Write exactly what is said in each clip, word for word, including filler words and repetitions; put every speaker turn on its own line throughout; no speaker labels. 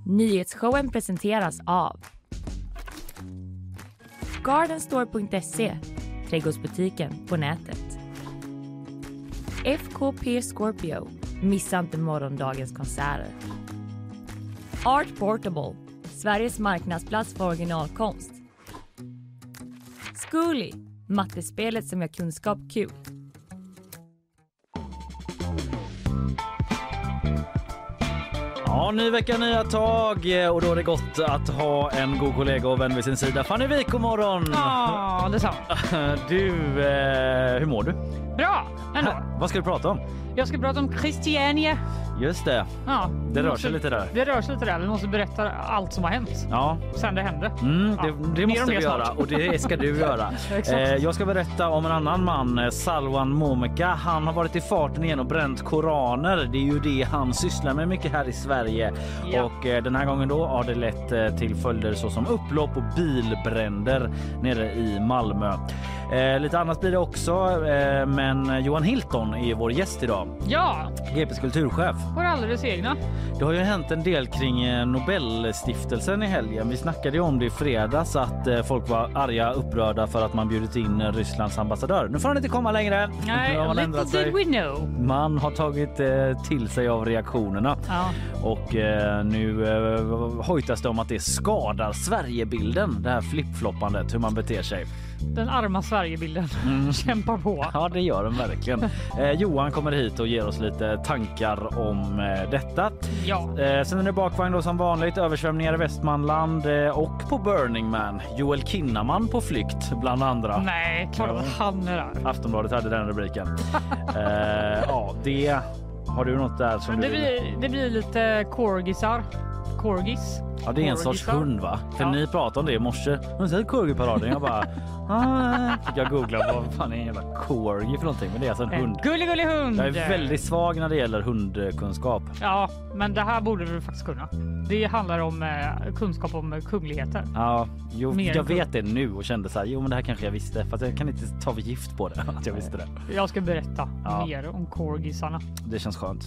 Nyhetsshowen presenteras av Gardenstore punkt se, trädgårdsbutiken på nätet. F K P Scorpio, missa inte morgondagens konserter. Art Portable, Sveriges marknadsplats för originalkonst. Zcooly, mattespelet som gör kunskap kul.
Ja, ny vecka, nya tag, och då är det gott att ha en god kollega och vän vid sin sida. Fanny Wijk, god morgon!
Ja, det är sant.
Du, eh, hur mår du?
Bra, ändå.
Ha, vad ska du prata om?
Jag ska prata om Christiania.
Just det,
Ja,
det rör
måste,
sig lite där.
Det rör sig lite där, vi måste berätta allt som har hänt.
Ja.
Sen det hände.
Mm, det,
Ja,
det måste vi
snart.
göra, och det ska du göra.
Exakt.
eh, jag ska berätta om en annan man, Salwan Momika. Han har varit i farten igen och bränt koraner. Det är ju det han sysslar med mycket här i Sverige.
Ja.
Och eh, den här gången då har det lett eh, till följder såsom upplopp och bilbränder nere i Malmö. Eh, lite annat blir det också, eh, men Johan Hilton är vår gäst idag.
Ja,
G P:s kulturchef.
vår alldeles egna.
Det har ju hänt en del kring eh, Nobelstiftelsen i helgen. Vi snackade ju om det i fredags, att eh, folk var arga, upprörda för att man bjudit in eh, Rysslands ambassadör. Nu får han inte komma längre.
Nej,
Nu har man
little
ändrat
did
sig.
we know.
Man har tagit eh, till sig av reaktionerna.
Ja.
Och eh, nu eh, hojtas det om att det skadar Sverigebilden, det här flippfloppandet, hur man beter sig.
Den arma Sverigebilden
Mm.
kämpar på.
Ja, det gör den verkligen. Eh, Johan kommer hit och ger oss lite tankar om eh, detta.
Ja.
Eh, sen är det bakvagn då som vanligt, översvämningar i Västmanland eh, och på Burning Man. Joel Kinnaman på flykt bland andra.
Nej, klart att han är där.
Aftonbladet hade den rubriken. eh, ja, det har du något där som
Men det,
du vill...
blir, det blir lite corgisar. Corgis.
Ja, det är en sorts
Corgisar.
hund, va? För
Ja.
ni pratade om det i morse. Har ni sett corgiparaden? Jag bara... Ah, fick jag googla vad fan är en jävla corgi för någonting. Men det är alltså en
En
hund.
gullig, gullig hund.
Jag är väldigt svag när det gäller hundkunskap.
Ja, men det här borde du faktiskt kunna. Det handlar om eh, kunskap om eh, kungligheter.
Ja, jo,
Mer
jag
än
vet det nu och kände så här, jo men det här kanske jag visste. För att jag kan inte ta för gift på det, att jag visste det.
Jag ska berätta
Ja.
mer om corgisarna.
Det känns skönt.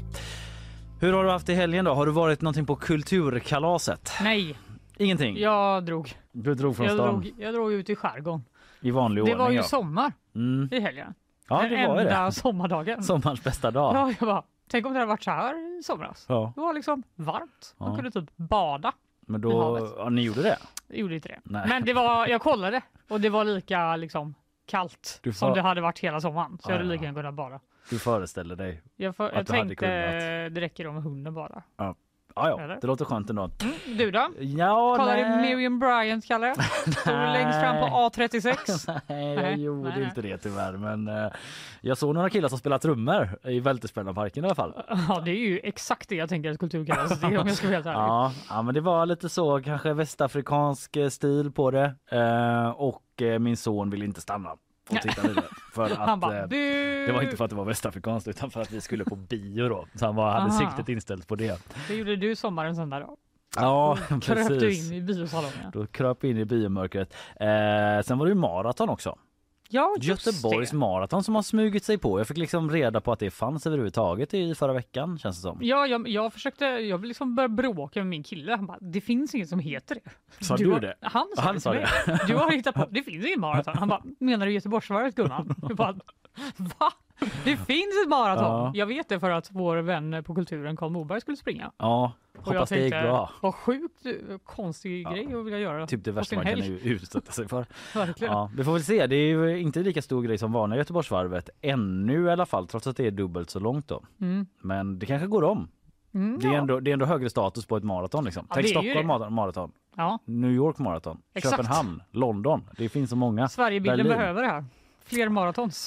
Hur har du haft i helgen då? Har du varit någonting på kulturkalaset?
Nej,
Ingenting?
jag drog.
Du drog från
Jag
stan
drog, jag drog ut i skärgården.
i vanlig
Det
ordning?
var ju
ja.
sommar
Mm.
i helgen.
Ja,
Den
det var ju
enda
det.
sommardagen.
Sommarens bästa dag.
Ja, jag bara, tänk om det hade varit så här i somras.
Ja.
Det var liksom varmt. Man
Ja.
kunde typ bada.
Men
I
då,
havet.
ja, ni gjorde det?
Jag gjorde inte det.
Nej.
Men det var, jag kollade och det var lika liksom kallt
Du
som
får-
det hade varit hela sommaren. Så
Ja,
jag hade
ja.
lika gärna kunnat bada.
Du föreställer dig.
Jag, för,
Att
jag
du hade
tänkte
kunnat.
det räcker om hunden bara.
Ja, ja,
Eller?
det låter skönt ändå.
Mm, du då?
Ja,
Kollade
nej.
Miriam Bryant, Kalle. Stod du längst fram på A trettiosex?
Nej, jag
Nej,
gjorde
nej.
inte det tyvärr. Men eh, jag såg några killar som spelar trummor i Vältespännarparken i alla fall.
Ja, det är ju exakt det jag tänker att kultur kallas. Det är om jag ska vara helt ärlig.
Ja, ja, men det var lite så, kanske västafrikansk eh, stil på det. Eh, och eh, min son ville inte stanna och titta vidare. För att,
Han bara,
eh,
bu!
det var inte för att det var västafrikanskt utan för att vi skulle på bio då. Så han var, hade
Aha.
siktet inställt på det.
Det gjorde du sommaren sen där då.
Ja,
Kröp du
precis.
in i biosalongen.
Då kröp in i biomörkret. Eh, sen var det ju maraton också.
Ja, just
Göteborgs
det.
maraton som har smugit sig på. Jag fick liksom reda på att det fanns överhuvudtaget i förra veckan, känns det som.
Ja, jag, jag försökte, jag liksom började bråka med min kille. Han bara, det finns inget som heter det.
Sa du
har,
det?
Han sa,
Han
det,
sa
till mig. Du har hittat på, det finns ingen maraton. Han bara, menar du Göteborgsvarvet, Gunnar? Jag bara, va? Det finns ett maraton.
Ja.
Jag vet det för att vår vän på kulturen, Carl Moberg, skulle springa.
Ja,
Och jag
hoppas det gick
tänkte,
bra.
vad sjukt konstig grej att vilja göra.
Typ det
på
värsta
sin
man kan
helg.
ju utsätta sig för.
Verkligen.
Ja, vi får väl se. Det är ju inte lika stor grej som vanliga Göteborgsvarvet ännu i alla fall, trots att det är dubbelt så långt då.
Mm.
Men det kanske går om.
Mm,
Det är
ja.
ändå, det är ändå högre status på ett maraton liksom.
Ja,
Tänk
det är ju
Stockholm
det.
maraton- maraton,
Ja.
New York maraton,
Exakt.
Köpenhamn, London. Det finns så många.
Sverigebilden
Berlin.
behöver det här. Fler maratons.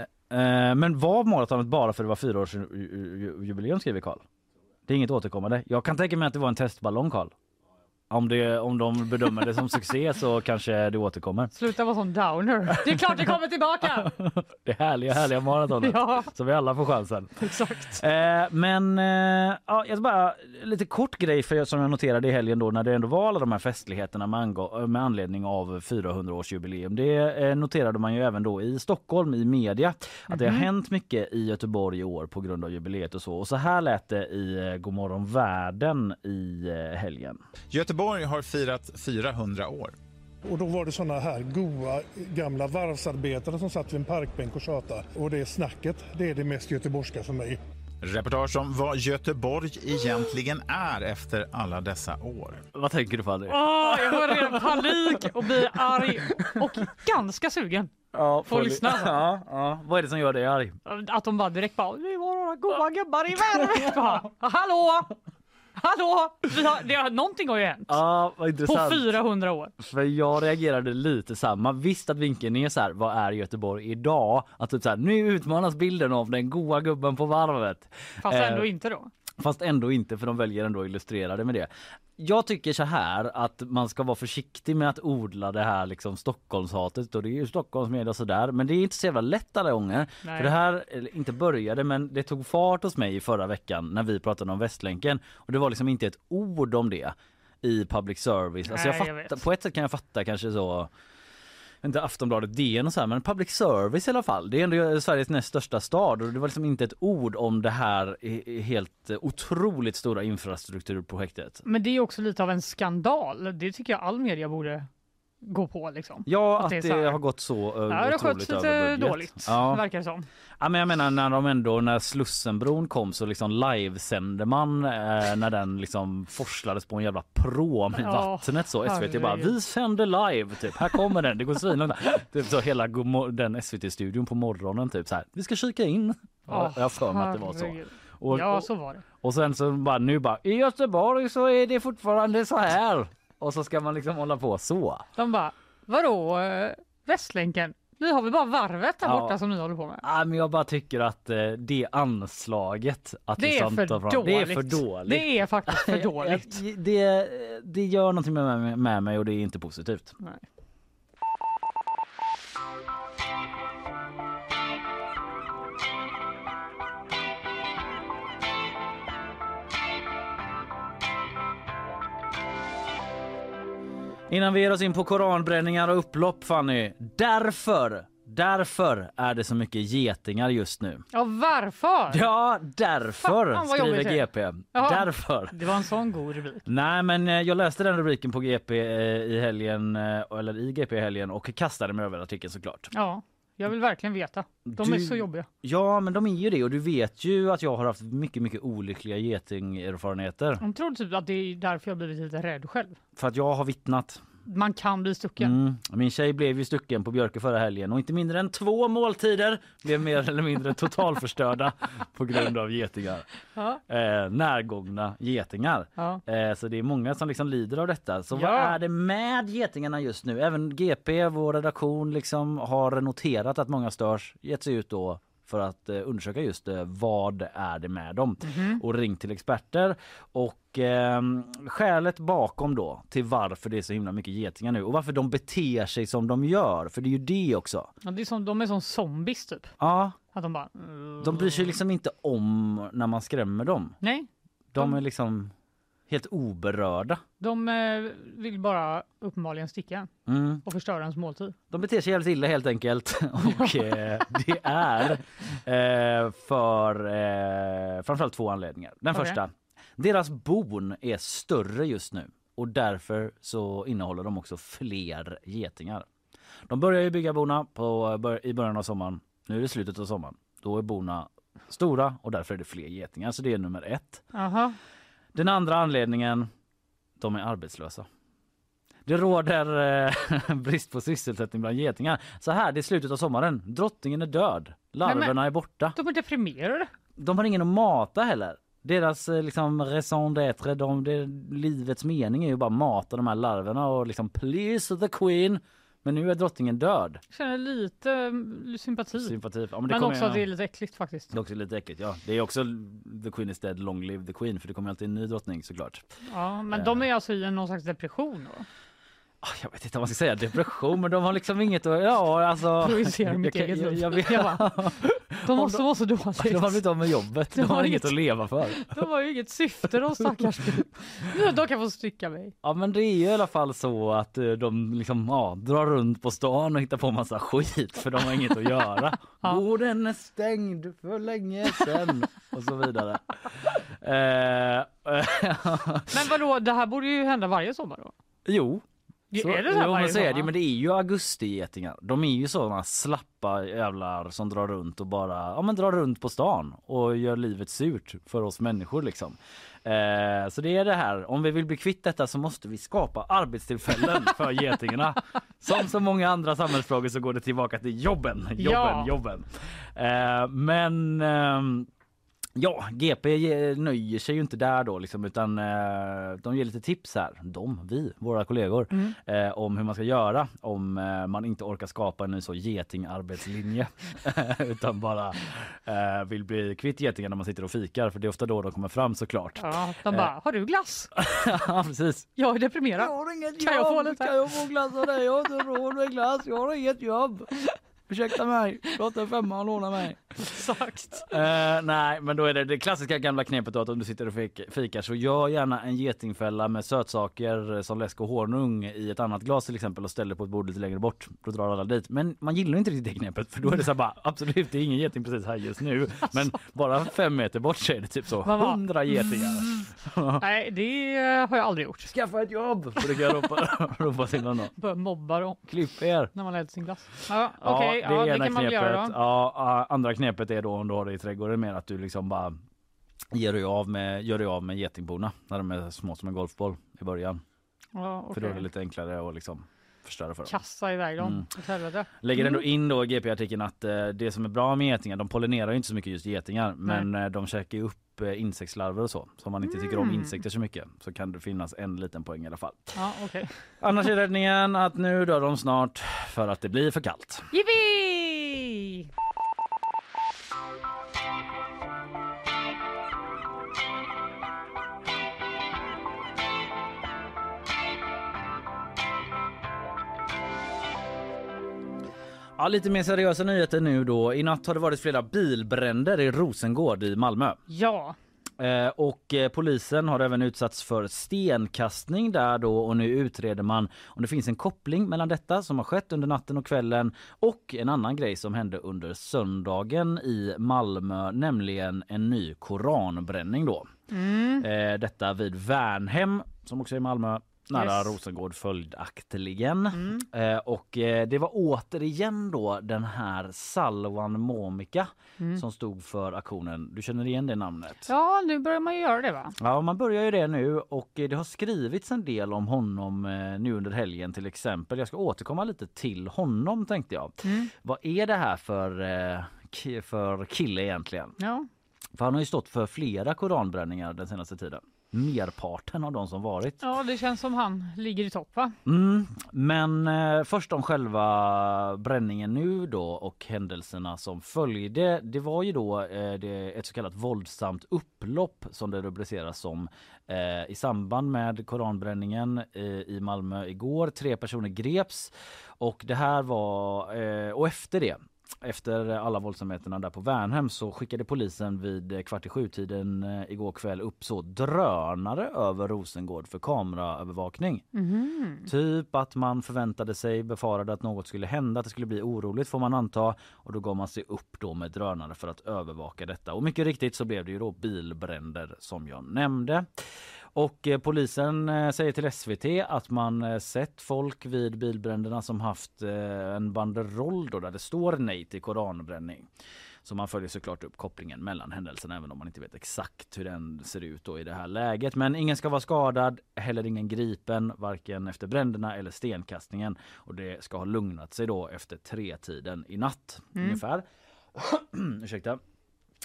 Eh, men var maratonet bara för det var fyra års ju- ju- jubileum, skriver Karl? Det är inget återkommande. Jag kan tänka mig att det var en testballong, Karl. Om, det, om de bedömer det som succé så kanske det återkommer.
Sluta vara sån downer. Det är klart det kommer tillbaka.
Det härliga, härliga maratonet.
Ja.
Så vi alla får chansen.
Exakt.
Eh, men eh, ja, jag bara lite kort grej för som jag noterade i helgen då när det ändå var alla de här festligheterna med, angå- med anledning av fyrahundraårsjubileum. Det eh, noterade man ju även då i Stockholm i media. Att mm-hmm. det har hänt mycket i Göteborg i år på grund av jubileet och så. Och så här lät det i eh, Godmorgon Världen i eh, helgen.
Göteborg har firat fyrahundra år.
Och då var det såna här goa gamla varvsarbetare som satt vid en parkbänk och tjatade. Och det snacket, det är det mest göteborgska för mig.
Reportage om vad Göteborg egentligen är efter alla dessa år.
Vad tänker du på, André?
Åh, jag får redan panik och blir arg och ganska sugen.
Ja,
får lyssna.
Ja, ja. Vad är det som gör dig arg?
Att de bara direkt bara, det var några goa gubbar i världen. Bara, hallå! Hallå! Vi har, det har, någonting har ju hänt.
Ja, vad intressant.
På fyrahundra år.
För jag reagerade lite samma. Visst att vinkeln är så här, vad är Göteborg idag? Att typ så här, nu utmanas bilden av den goa gubben på varvet.
Fast ändå
eh,
inte då.
Fast ändå inte, för de väljer ändå att illustrera det med det. Jag tycker så här att man ska vara försiktig med att odla det här liksom Stockholmshatet, och det är ju Stockholmsmedia och sådär, men det är inte så jävla lätt alla gånger. Nej. För det här inte började, men det tog fart hos mig i förra veckan när vi pratade om Västlänken, och det var liksom inte ett ord om det i public service. Alltså jag
Nej,
fattar,
jag
på ett sätt kan jag fatta kanske så, inte Aftonbladet, D N och så här, men public service i alla fall. Det är ändå Sveriges näst största stad, och det var liksom inte ett ord om det här helt otroligt stora infrastrukturprojektet.
Men det är också lite av en skandal. Det tycker jag all media borde gå på liksom.
Ja, att, att det,
det
har gått så uh,
ja, det har skötts lite dåligt,
ja.
Verkar det som.
Ja, men jag menar när de ändå, när Slussenbron kom så liksom livesände man eh, när den liksom forslades på en jävla prom i
ja,
vattnet så S V T
herregud.
bara, vi sänder live typ, här kommer den, det går svinlångt. Typ så hela den S V T-studion på morgonen typ så här, vi ska kika in. Ja, jag har för mig att det var så. Och,
ja, så var det.
Och, och sen så bara nu bara, i Göteborg så är det fortfarande så här. Och så ska man liksom hålla på så.
De bara, vadå äh, Västlänken? Vi har väl bara varvet här
ja.
borta som ni håller på med.
Ja, men jag bara tycker att eh, det anslaget att
det, är för
fram,
dåligt.
det är för dåligt.
Det är faktiskt för dåligt.
det, det gör någonting med mig, med mig och det är inte positivt.
Nej.
Innan vi ger oss in på koranbränningar och upplopp, Fanny, därför, därför är det så mycket getingar just nu.
Ja, varför?
Ja, därför,
Fan,
skriver G P.
Jaha.
Därför.
Det var en sån god rubrik.
Nej, men jag läste den rubriken på G P i helgen, eller i G P i helgen, och kastade mig över artikeln såklart.
Ja. Jag vill verkligen veta. De
du,
är så jobbiga.
Ja, men de är ju det. Och du vet ju att jag har haft mycket, mycket olyckliga getingerfarenheter.
Jag tror typ att det är därför jag blivit lite rädd själv.
För att jag har vittnat.
Man kan bli stucken.
Mm. Min tjej blev ju stucken på Björke förra helgen. Och inte mindre än två måltider blev mer eller mindre totalförstörda på grund av getingar.
Ja.
Eh, närgångna getingar.
Ja.
Eh, så det är många som liksom lider av detta. Så
ja.
vad är det med getingarna just nu? Även G P, vår redaktion, liksom har noterat att många störs, gett sig ut då för att eh, undersöka just eh, vad är det med dem. Mm-hmm. Och ringt till experter. Och eh, skälet bakom då till varför det är så himla mycket getingar nu och varför de beter sig som de gör. För det är ju det också.
Ja, det är som, de är som zombies typ.
Ja.
Att de bara...
De bryr sig liksom inte om när man skrämmer dem.
Nej.
De, de är liksom helt oberörda.
De eh, vill bara uppenbarligen sticka mm. och förstöra ens måltid.
De beter sig jävligt illa helt enkelt. Och eh, det är eh, för eh, framförallt två anledningar. Den okay. första, deras bon är större just nu. Och därför så innehåller de också fler getingar. De börjar ju bygga bona på, i början av sommaren. Nu är det slutet av sommaren. Då är bona stora och därför är det fler getingar. Så det är nummer ett.
Aha.
Den andra anledningen, de är arbetslösa. Det råder eh, brist på sysselsättning bland getingar. Så här, det är slutet av sommaren. Drottningen är död. Larverna men, men, är borta.
De är deprimerade.
De har ingen att mata heller. Deras eh, liksom raison d'être, de, det, livets mening är ju bara att mata de här larverna och liksom please the queen. Men nu är drottningen död.
Jag känner lite mm, sympati.
Sympati. Ja, men det
men
kommer
också
jag...
att det är lite äckligt faktiskt.
Det är också lite äckligt, ja. Det är också The Queen is dead, long live the Queen. För det kommer alltid en ny drottning såklart.
Ja, men
äh...
de är alltså i någon slags depression då?
Jag vet inte om man ska säga depression, men de har liksom inget att... Ja, alltså...
Projicera mitt
jag,
eget
jag,
liv.
jag vet.
Jag bara, de måste
de,
vara så dåligt.
De har blivit av med jobbet. De, de har, har inget att leva för.
De har ju inget syfte, de stackars. Nu de kan få stycka mig.
Ja, men det är ju i alla fall så att de liksom, ja, drar runt på stan och hittar på massa skit för de har inget att göra. Ja. Borden är stängd för länge sedan och så vidare.
Men vadå, det här borde ju hända varje sommar då?
Jo.
Så, är det så här
jo,
varje
men, så är det,
sommar?
men det är ju augustigetingar. De är ju sådana slappa jävlar som drar runt och bara ja, men drar runt på stan och gör livet surt för oss människor liksom. Eh, så det är det här. Om vi vill bli kvitt detta så måste vi skapa arbetstillfällen för getingarna. Som så många andra samhällsfrågor så går det tillbaka till jobben. Jobben,
ja.
jobben. Eh, men... Eh, Ja, G P nöjer sig ju inte där då liksom, utan eh, de ger lite tips här, de, vi, våra kollegor, mm. eh, om hur man ska göra om eh, man inte orkar skapa en ny så getingarbetslinje utan bara eh, vill bli kvitt getingar när man sitter och fikar, för det är ofta då de kommer fram såklart.
Ja, de bara, eh. har du glass?
Ja, precis.
Jag är deprimerad.
Jag har inget
kan
jobb,
jag få lite?
Kan jag få glass av dig? Jag har inte råd med glass, jag har inget jobb. Ursäkta mig, låt en femma och låna mig.
Exakt.
Uh, nej, men då är det det klassiska gamla knepet då, att om du sitter och fikar så gör gärna en getingfälla med sötsaker som läsk och honung i ett annat glas till exempel och ställer på ett bord lite längre bort. Då drar alla dit. Men man gillar inte riktigt det knepet, för då är det så här bara, absolut, det är ingen geting precis här just nu. Men bara fem meter bort så är det typ så hundra getingar.
Nej, det har jag aldrig gjort.
Skaffa ett jobb! För det kan jag ropa, ropa till någon då.
Börja mobba dem.
Klipp er!
När man äter sin glass. Ja, okej. Okay.
Ja, det,
ja, det
ena
kan man
knepet.
göra då.
Ja, andra knepet är då om du har det i trädgården mer att du liksom bara ger dig av med, gör dig av med getingborna när de är små som en golfboll i början.
Ja, okay.
För då är det lite enklare att liksom förstöra för dem.
Kassa iväg dem. Mm.
Lägger ändå in då i G P-artikeln att eh, det som är bra med getingar, de pollinerar ju inte så mycket just getingar, men eh, de käkar ju upp eh, insektslarver och så. Så om man inte mm. tycker om insekter så mycket så kan det finnas en liten poäng i alla fall.
Ja, okay.
Annars är räddningen att nu dör de snart för att det blir för kallt.
Yippee!
Ja, lite mer seriösa nyheter nu då. I natt har det varit flera bilbränder i Rosengård i Malmö.
Ja.
Eh, och eh, polisen har även utsatts för stenkastning där då, och nu utreder man om det finns en koppling mellan detta som har skett under natten och kvällen och en annan grej som hände under söndagen i Malmö, nämligen en ny koranbränning då. Mm. Eh, detta vid Värnhem som också är i Malmö. Nära yes. Rosengård följaktligen. Mm. Eh, och eh, det var återigen då den här Salwan Momika mm. som stod för aktionen. Du känner igen det namnet?
Ja, nu börjar man ju göra det, va?
Ja, man börjar ju det nu, och eh, det har skrivits en del om honom eh, nu under helgen till exempel. Jag ska återkomma lite till honom, tänkte jag. Mm. Vad är det här för, eh, k- för kille egentligen? Ja. För han har ju stått för flera koranbränningar den senaste tiden. Merparten av de som varit.
Ja, det känns som han ligger i topp, va?
Mm, men eh, först om själva bränningen nu då och händelserna som följde. Det var ju då eh, det, ett så kallat våldsamt upplopp som det rubriceras som eh, i samband med koranbränningen eh, i Malmö igår. Tre personer greps, och det här var eh, och efter det Efter alla våldsamheterna där på Värnhem så skickade polisen vid kvart i sju-tiden igår kväll upp så drönare över Rosengård för kameraövervakning. Mm. Typ att man förväntade sig, befarade att något skulle hända, att det skulle bli oroligt får man anta. Och då gav man sig upp då med drönare för att övervaka detta. Och mycket riktigt så blev det ju då bilbränder som jag nämnde. Och eh, polisen eh, säger till S V T att man eh, sett folk vid bilbränderna som haft eh, en banderoll då där det står nej till koranbränning. Så man följer såklart upp kopplingen mellan händelserna, även om man inte vet exakt hur den ser ut då i det här läget. Men ingen ska vara skadad, heller ingen gripen, varken efter bränderna eller stenkastningen. Och det ska ha lugnat sig då efter tre tiden i natt mm. ungefär. Ursäkta.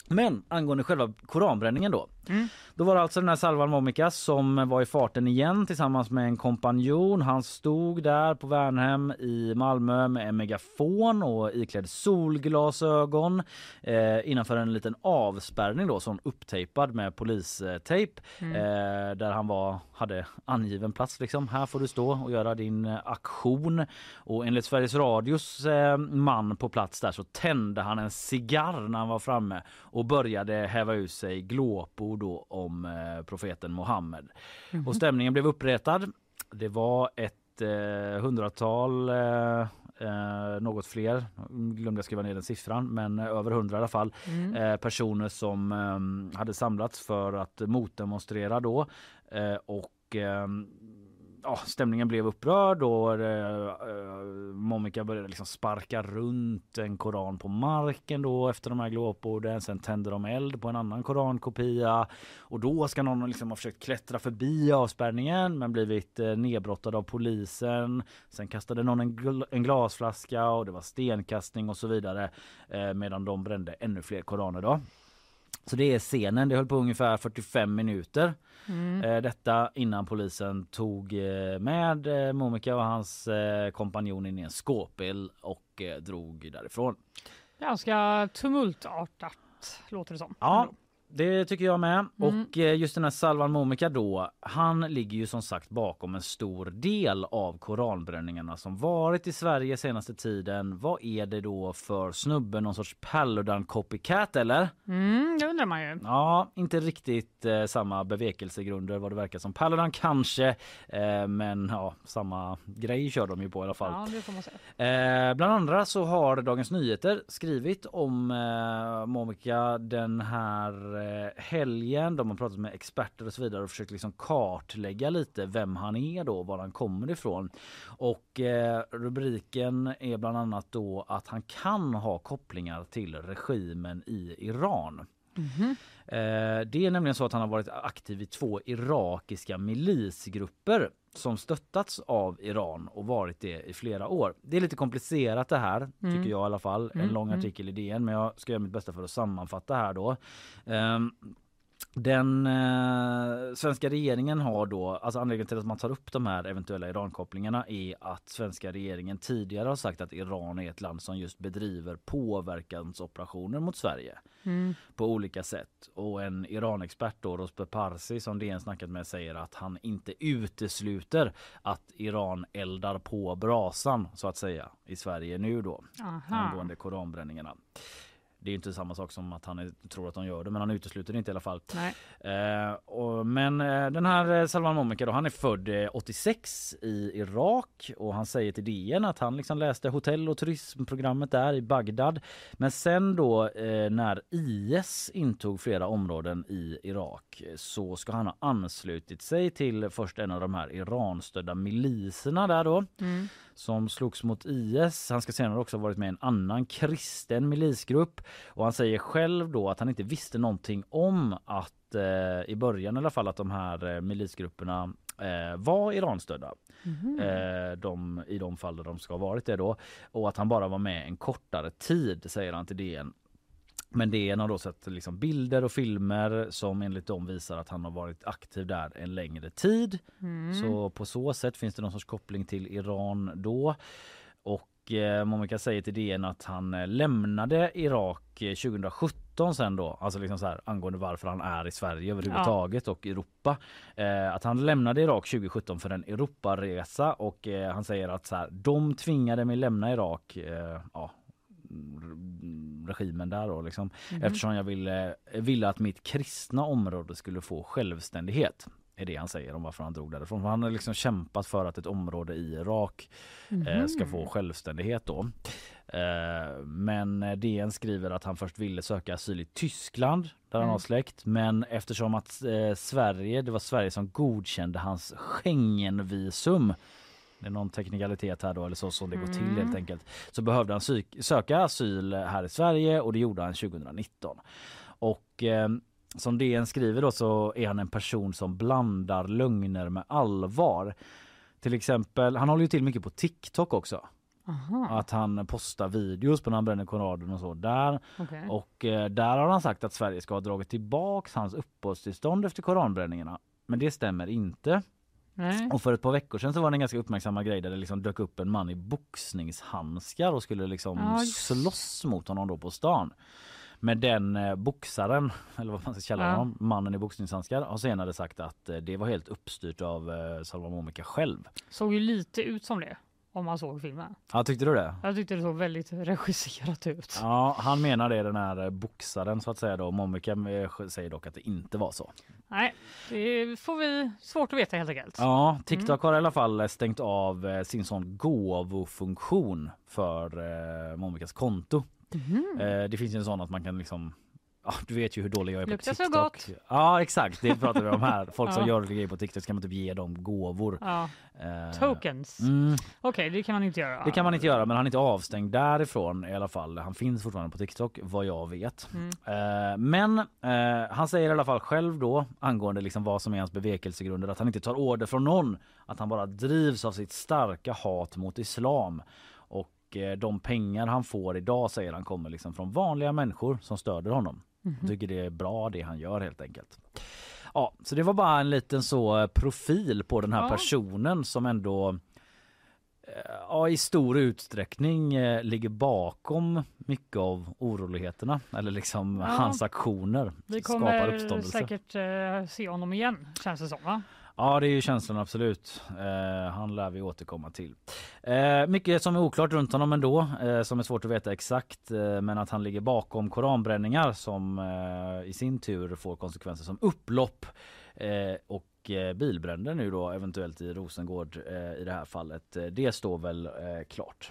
Men angående själva koranbränningen då.
Mm.
Då var det alltså den här Salvan Momika som var i farten igen tillsammans med en kompanjon. Han stod där på Värnhem i Malmö med en megafon och iklädd solglasögon eh, innanför en liten avspärrning då som upptejpad med polistejp mm. eh, där han var hade angiven plats liksom. Här får du stå och göra din eh, aktion. Och enligt Sveriges Radios eh, man på plats där så tände han en cigarr när han var framme och började häva ut sig glåpord då om eh, profeten Mohammed. Mm-hmm. Och stämningen blev uppretad. Det var ett eh, hundratal, eh, eh, något fler, glömde jag skriva ner den siffran, men eh, över hundra i alla fall, mm. eh, personer som eh, hade samlats för att motdemonstrera då. Eh, och eh, Ja, stämningen blev upprörd och eh, Momika började liksom sparka runt en koran på marken då efter de här glåporden. Sen tände de eld på en annan korankopia och då ska någon liksom ha försökt klättra förbi avspärrningen men blivit eh, nedbrottad av polisen. Sen kastade någon en, gl- en glasflaska och det var stenkastning och så vidare eh, medan de brände ännu fler koraner då. Så det är scenen, det höll på ungefär fyrtiofem minuter. Mm. Eh, detta innan polisen tog eh, med eh, Momika och hans eh, kompanjon in i en skåpbil och eh, drog därifrån.
Ganska tumultartat låter det som.
Ja, det tycker jag med.
Mm.
Och eh, just den här Salvan Momika då, han ligger ju som sagt bakom en stor del av koranbränningarna som varit i Sverige senaste tiden. Vad är det då för snubbe? Någon sorts Paludan copycat eller?
Mm, det undrar man ju.
Ja, inte riktigt eh, samma bevekelsegrunder vad det verkar som. Paludan kanske, eh, men ja, samma grej kör de ju på i alla fall.
Ja, det får man säga.
Eh, bland andra så har Dagens Nyheter skrivit om eh, Momika den här eh, helgen. De har pratat med experter och så vidare och försökt liksom kartlägga lite vem han är då, var han kommer ifrån. Och eh, rubriken är bland annat då att han kan ha kopplingar till regimen i Iran. Mm-hmm. Eh, det är nämligen så att han har varit aktiv i två irakiska milisgrupper som stöttats av Iran och varit det i flera år. Det är lite komplicerat det här, mm. tycker jag i alla fall. En mm. lång artikel i D N, men jag ska göra mitt bästa för att sammanfatta här då. Um, Den eh, svenska regeringen har då, alltså anledningen till att man tar upp de här eventuella Iran-kopplingarna är att svenska regeringen tidigare har sagt att Iran är ett land som just bedriver påverkansoperationer mot Sverige mm. på olika sätt. Och en Iran-expert då, Rosbe Parsi, som D N snackat med, säger att han inte utesluter att Iran eldar på brasan så att säga i Sverige nu då, angående koranbränningarna. Det är inte samma sak som att han är, tror att de gör det, men han utesluter det inte i alla fall.
Nej.
Eh, och, men eh, den här Salvan Momika då, han är född eh, åttiosex i Irak och han säger till D N att han liksom läste hotell- och turismprogrammet där i Bagdad. Men sen då eh, när I S intog flera områden i Irak så ska han ha anslutit sig till först en av de här Iran-stödda miliserna där då. Mm. Som slogs mot I S. Han ska senare också ha varit med i en annan kristen milisgrupp. Och han säger själv då att han inte visste någonting om att eh, i början i alla fall att de här eh, milisgrupperna eh, var Iranstödda. Mm. Eh, de, i de fall där de ska ha varit det då. Och att han bara var med en kortare tid, säger han till D N. Men D N har då sett liksom bilder och filmer som enligt dem visar att han har varit aktiv där en längre tid. Mm. Så på så sätt finns det någon sorts koppling till Iran då. Och eh, Momika säger till D N att han eh, lämnade Irak tjugosjutton sen då. Alltså liksom så här angående varför han är i Sverige överhuvudtaget ja. och Europa. Eh, att han lämnade Irak tjugosjutton för en Europaresa och eh, han säger att så här, de tvingade mig lämna Irak eh, ja regimen där då liksom, mm-hmm. eftersom jag ville, ville att mitt kristna område skulle få självständighet, är det han säger om varför han drog därifrån. Han har liksom kämpat för att ett område i Irak mm-hmm. eh, ska få självständighet då. Eh, men D N skriver att han först ville söka asyl i Tyskland där mm. han har släkt, men eftersom att eh, Sverige, det var Sverige som godkände hans Schengenvisum. Det är någon teknikalitet här då, eller så som det går till mm. helt enkelt. Så behövde han sy- söka asyl här i Sverige och det gjorde han tjugonitton. Och eh, som D N skriver då så är han en person som blandar lögner med allvar. Till exempel, han håller ju till mycket på TikTok också.
Aha.
Att han postar videos på när han bränner Koranen och så där.
Okay.
Och eh, där har han sagt att Sverige ska ha dragit tillbaks hans uppehållstillstånd efter koranbränningarna. Men det stämmer inte.
Nej.
Och för ett par veckor sedan så var det en ganska uppmärksamma grej där det liksom dök upp en man i boxningshandskar och skulle liksom
ja,
slåss mot honom då på stan. Men den eh, boxaren, eller vad man ska kalla
ja.
honom, mannen i boxningshandskar, har senare sagt att eh, det var helt uppstyrt av eh, Salva Momika själv.
Såg ju lite ut som det. Om man såg filmen.
Ja, tyckte du det?
Jag tyckte det såg väldigt regisserat ut.
Ja, han menar det, den här boxaren så att säga då. Momika säger dock att det inte var så.
Nej, det får vi svårt att veta helt enkelt.
Ja, TikTok mm. har i alla fall stängt av sin sån gåvofunktion för eh, Momikas konto. Mm. Eh, det finns ju en sån att man kan liksom... Ja, du vet ju hur dålig jag är på
Luktar
TikTok.
Så gott.
Ja, exakt. Det pratar vi om här. Folk som
ja.
gör grejer på TikTok ska man typ ge dem gåvor.
Ja.
Eh,
Tokens.
Mm.
Okej, okay, det kan man inte göra.
Det kan man inte göra, men han är inte avstängd därifrån i alla fall. Han finns fortfarande på TikTok, vad jag vet. Mm. Eh, men eh, han säger i alla fall själv då, angående liksom vad som är hans bevekelsegrunder, att han inte tar order från någon. Att han bara drivs av sitt starka hat mot islam. Och eh, de pengar han får idag, säger han, kommer liksom från vanliga människor som stöder honom. Mm-hmm. Jag tycker det är bra det han gör helt enkelt. Ja, så det var bara en liten så profil på den här ja. personen som ändå ja, i stor utsträckning eh, ligger bakom mycket av oroligheterna eller liksom ja. hans aktioner.
Vi kommer säkert eh, se honom igen, känns det som, va?
Ja, det är ju känslan absolut. Eh, han lär vi återkomma till. Eh, mycket som är oklart runt honom ändå, eh, som är svårt att veta exakt, eh, men att han ligger bakom koranbränningar som eh, i sin tur får konsekvenser som upplopp eh, och eh, bilbränder nu då eventuellt i Rosengård eh, i det här fallet. Eh, det står väl eh, klart.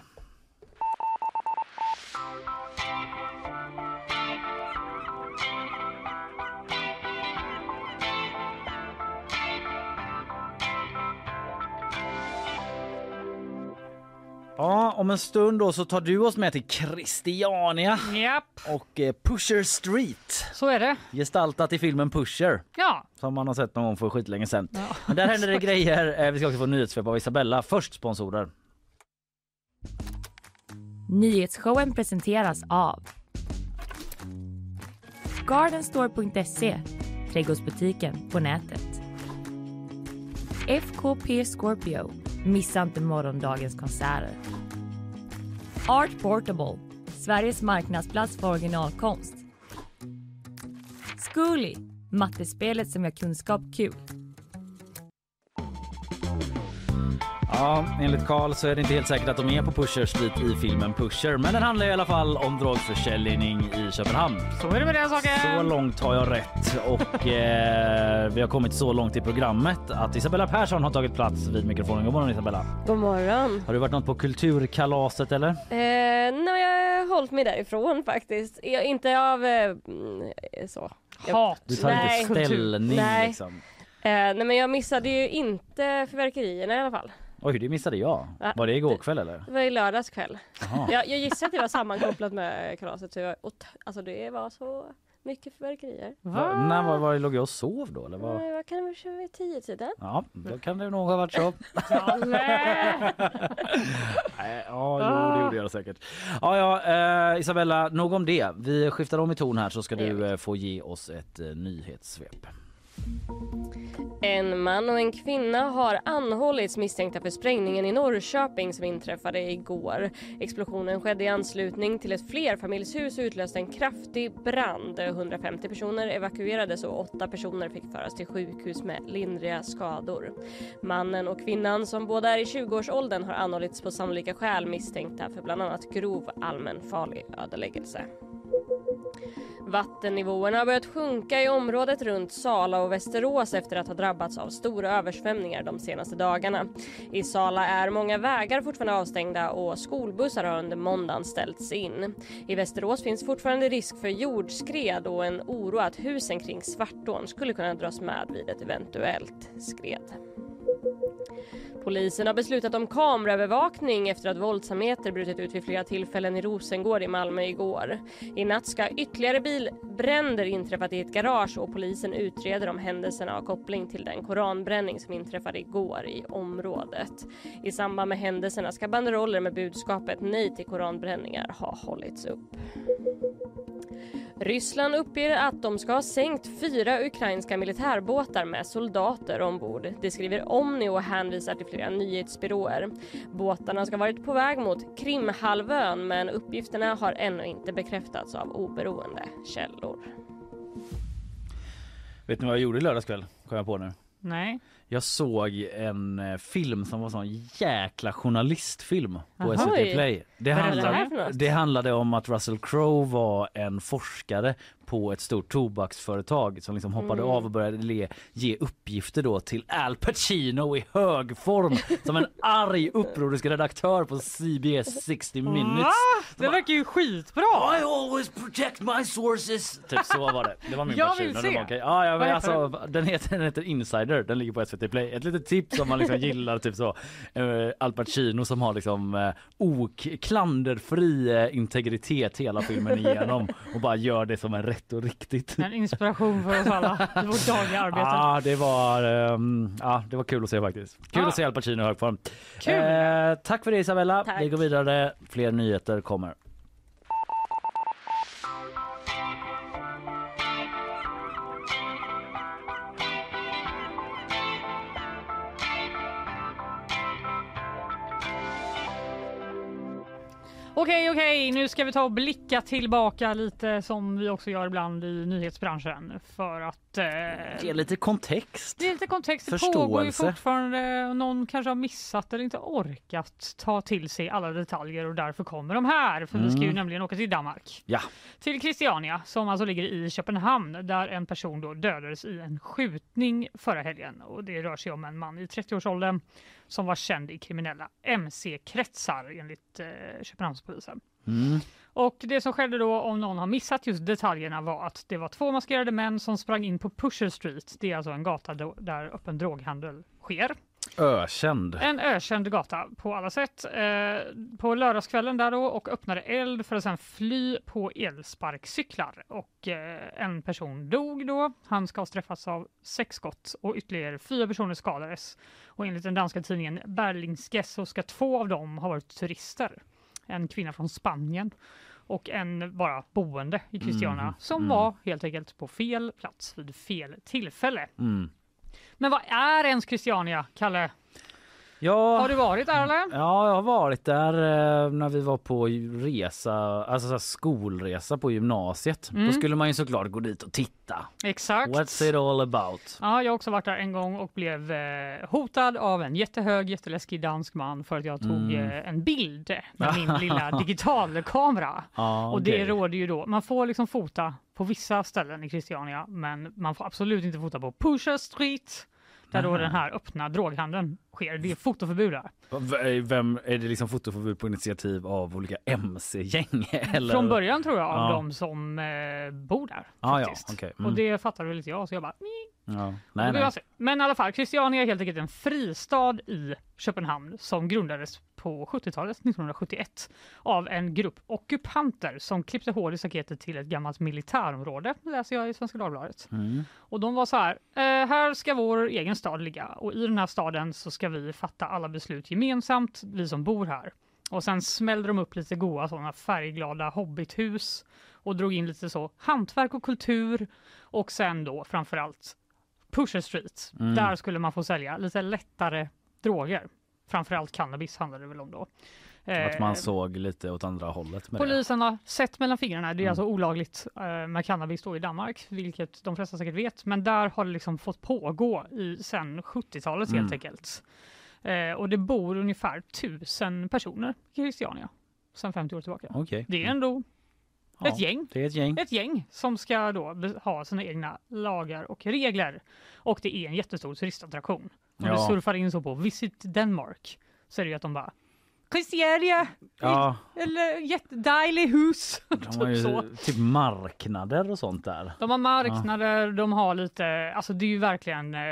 Ja, om en stund då så tar du oss med till Christiania.
Japp.
Och eh, Pusher Street.
Så är det.
Gestaltat i filmen Pusher.
Ja.
Som man har sett någon gång för skitlänge sedan.
Ja.
Men där händer det grejer. Eh, vi ska också få nyhetssvep av Isabella. Först sponsorer.
Nyhetsshowen presenteras av Gardenstore punkt se, trädgårdsbutiken på nätet. F K P Scorpio, missa inte morgondagens konserter. Art Portable, Sveriges marknadsplats för originalkonst. Zcooly, mattespelet som gör kunskap kul.
Ja, enligt Carl så är det inte helt säkert att de är på Pusher Street i filmen Pusher. Men den handlar i alla fall om drogförsäljning i Köpenhamn.
Så är det med den saken.
Så långt har jag rätt. Och eh, vi har kommit så långt i programmet att Isabella Persson har tagit plats vid mikrofonen. God morgon Isabella.
God morgon.
Har du varit något på kulturkalaset eller?
Eh, nej, jag har hållit mig därifrån faktiskt. Jag, inte av eh, så.
Hat.
Du tar
nej.
inte ställning
nej.
liksom.
Eh, nej men jag missade ju inte fyrverkerierna i alla fall.
Oj, det missade jag. Var det igår kväll eller?
Det var i lördags kväll. Jag, jag gissar att det var sammankopplat med kalaset. Så jag, och, alltså det var så mycket fyrverkerier.
Va? När var, var låg jag och sov då? Eller vad?
Nej, vad kan det vara vid tio tiden?
Ja, då kan det nog ha varit så.
Nej,
ja, jo, det gjorde jag säkert. Ja, ja, eh, Isabella, nog om det. Vi skiftar om i ton här så ska du eh, få ge oss ett eh, nyhetssvep.
En man och en kvinna har anhållits misstänkta för sprängningen i Norrköping som inträffade igår. Explosionen skedde i anslutning till ett flerfamiljshus och utlöste en kraftig brand. hundrafemtio personer evakuerades och åtta personer fick föras till sjukhus med lindriga skador. Mannen och kvinnan som båda är i tjugoårsåldern har anhållits på sannolika skäl misstänkta för bland annat grov allmänfarlig ödeläggelse. Vattennivåerna har börjat sjunka i området runt Sala och Västerås efter att ha drabbats av stora översvämningar de senaste dagarna. I Sala är många vägar fortfarande avstängda och skolbussar har under måndagen ställts in. I Västerås finns fortfarande risk för jordskred och en oro att husen kring Svartån skulle kunna dras med vid ett eventuellt skred. Polisen har beslutat om kameraövervakning efter att våldsamheter brutit ut vid flera tillfällen i Rosengård i Malmö igår. I natt ska ytterligare bilbränder inträffat i ett garage och polisen utreder om händelserna har koppling till den koranbränning som inträffade igår i området. I samband med händelserna ska banderoller med budskapet nej till koranbränningar ha hållits upp. Ryssland uppger att de ska ha sänkt fyra ukrainska militärbåtar med soldater ombord. Det skriver Omni och hänvisar till flera nyhetsbyråer. Båtarna ska ha varit på väg mot Krimhalvön, men uppgifterna har ännu inte bekräftats av oberoende källor.
Vet ni vad jag gjorde i lördagskväll? Kom jag på nu.
Nej.
Jag såg en film som var sån jäkla journalistfilm på S V T Play. Det handlade, det handlade om att Russell Crowe var en forskare på ett stort tobaksföretag som liksom hoppade mm. av och började le, ge uppgifter då till Al Pacino i hög form som en arg upprorisk redaktör på C B S sextio minutes.
Va? Det verkar ju skitbra.
I always protect my sources. Typ så var det. Det var min
jag vill se.
Okay. Ja, jag vet, alltså, den, heter, den heter Insider. Den ligger på S V T Play. Ett litet tips om man liksom gillar typ så. Uh, Al Pacino som har liksom uh, oklanderfri uh, integritet hela filmen igenom och bara gör det som en rätt och riktigt.
En inspiration för oss alla i vårt dagliga arbete.
Ja, det var um, ja, det var kul att se faktiskt. Kul ah. att se Al Pacino i hög form.
Kul.
Uh, tack för det, Isabella.
Tack.
Vi går vidare. Fler nyheter kommer.
Okej, okej, nu ska vi ta och blicka tillbaka lite som vi också gör ibland i nyhetsbranschen för att eh,
ge lite kontext.
Det är lite kontext. Det pågår ju fortfarande och någon kanske har missat eller inte orkat ta till sig alla detaljer och därför kommer de här. För mm. vi ska ju nämligen åka till Danmark.
Ja.
Till Christiania som alltså ligger i Köpenhamn där en person då dödades i en skjutning förra helgen. Och det rör sig om en man i trettioårsåldern som var känd i kriminella M C-kretsar enligt eh, Köpenhamnspolisen. Mm. Och det som skedde då, om någon har missat just detaljerna, var att det var två maskerade män som sprang in på Pusher Street. Det är alltså en gata då, där öppen droghandel sker.
Ökänd.
En ökänd gata på alla sätt. Eh, på lördagskvällen där då och öppnade eld för att sedan fly på elsparkcyklar. Och eh, en person dog då. Han ska ha träffats av sex skott och ytterligare fyra personer skadades. Och enligt den danska tidningen Berlingske så ska två av dem ha varit turister. En kvinna från Spanien och en bara boende i Christiania mm. som mm. var helt enkelt på fel plats vid fel tillfälle. Mm. Men vad är ens Christiania, Kalle?
Ja,
har du varit där eller?
Ja, jag har varit där eh, när vi var på resa, alltså så här skolresa på gymnasiet. Mm. Då skulle man ju såklart gå dit och titta.
Exakt.
What's it all about?
Ja, jag har också varit där en gång och blev eh, hotad av en jättehög, jätteläskig dansk man för att jag tog mm. eh, en bild med min lilla digitalkamera. Ah, okay. Och det råder ju då, man får liksom fota på vissa ställen i Christiania, men man får absolut inte fota på Pusher Street. Där då den här öppna droghandeln sker. Det är fotoförbud där.
Vem är det liksom fotoförbud på initiativ av olika M C-gäng? Eller?
Från början tror jag av ja. de som eh, bor där.
Ah, ja. Okay. Mm.
Och det fattar väl inte jag så jag bara...
Ja. Nej, nej.
Men i alla fall, Christiania är helt enkelt en fristad i Köpenhamn som grundades på sjuttiotalet, nittonhundrasjuttioett, av en grupp ockupanter som klippte hål i staketet till ett gammalt militärområde, läser jag i Svenska Dagbladet. Mm. Och de var så här, eh, här ska vår egen stad ligga och i den här staden så ska vi fatta alla beslut gemensamt, vi som bor här. Och sen smällde de upp lite goa sådana färgglada hobbithus och drog in lite så hantverk och kultur och sen då framförallt Pusher Street. Mm. Där skulle man få sälja lite lättare droger. Framförallt cannabis handlade det väl om då.
Att man såg lite åt andra hållet med
polisen
det.
har sett mellan fingrarna. Det är mm. alltså olagligt eh, med cannabis då i Danmark, vilket de flesta säkert vet. Men där har det liksom fått pågå i sen sjuttiotalet mm. helt enkelt. Eh, och det bor ungefär tusen personer i Christiania sen femtio år tillbaka.
Okay.
Det är ändå
ja,
ett gäng.
Det är ett gäng.
Ett gäng som ska då ha sina egna lagar och regler. Och det är en jättestor turistattraktion. Om ja. du surfar in så på Visit Denmark så är det ju att de bara Christiania,
ja.
eller jättedejlig hus.
De har ju så. Typ marknader och sånt där.
De har marknader, ja. de har lite, alltså det är ju verkligen,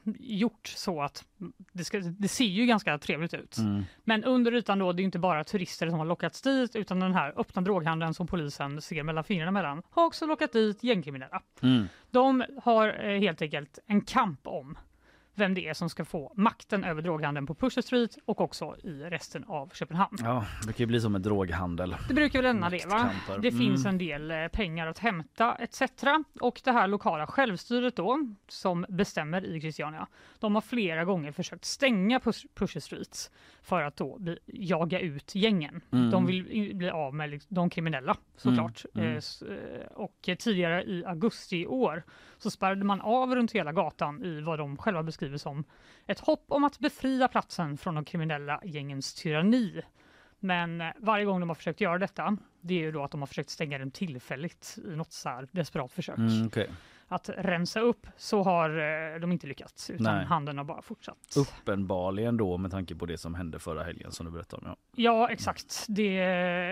gjort så att det, ska, det ser ju ganska trevligt ut.
Mm.
Men under ytan då, det är inte bara turister som har lockats dit, utan den här öppna droghandeln som polisen ser mellan fingrarna mellan har också lockat dit gängkriminella.
Mm.
De har eh, helt enkelt en kamp om vem det är som ska få makten över droghandeln på Pusher Street och också i resten av Köpenhamn.
Ja, det brukar ju bli som med droghandel.
Det brukar väl lämna det, va?
Maktkamper.
Det
Mm.
finns en del eh, pengar att hämta et cetera. Och det här lokala självstyret då, som bestämmer i Christiania, de har flera gånger försökt stänga Push- Pusher Street för att då bli, jaga ut gängen.
Mm.
De vill i- bli av med liksom de kriminella, såklart.
Mm. Mm.
Eh, s- eh, och tidigare i augusti i år så spärrade man av runt hela gatan i vad de själva beskriver som ett hopp om att befria platsen från de kriminella gängens tyranni. Men eh, varje gång de har försökt göra detta, det är ju då att de har försökt stänga den tillfälligt i något så här desperat försök.
Mm, okay.
Att rensa upp, så har eh, de inte lyckats, utan
Nej.
handeln har bara fortsatt.
Uppenbarligen då, med tanke på det som hände förra helgen som du berättade om. Ja.
Ja, exakt. Det,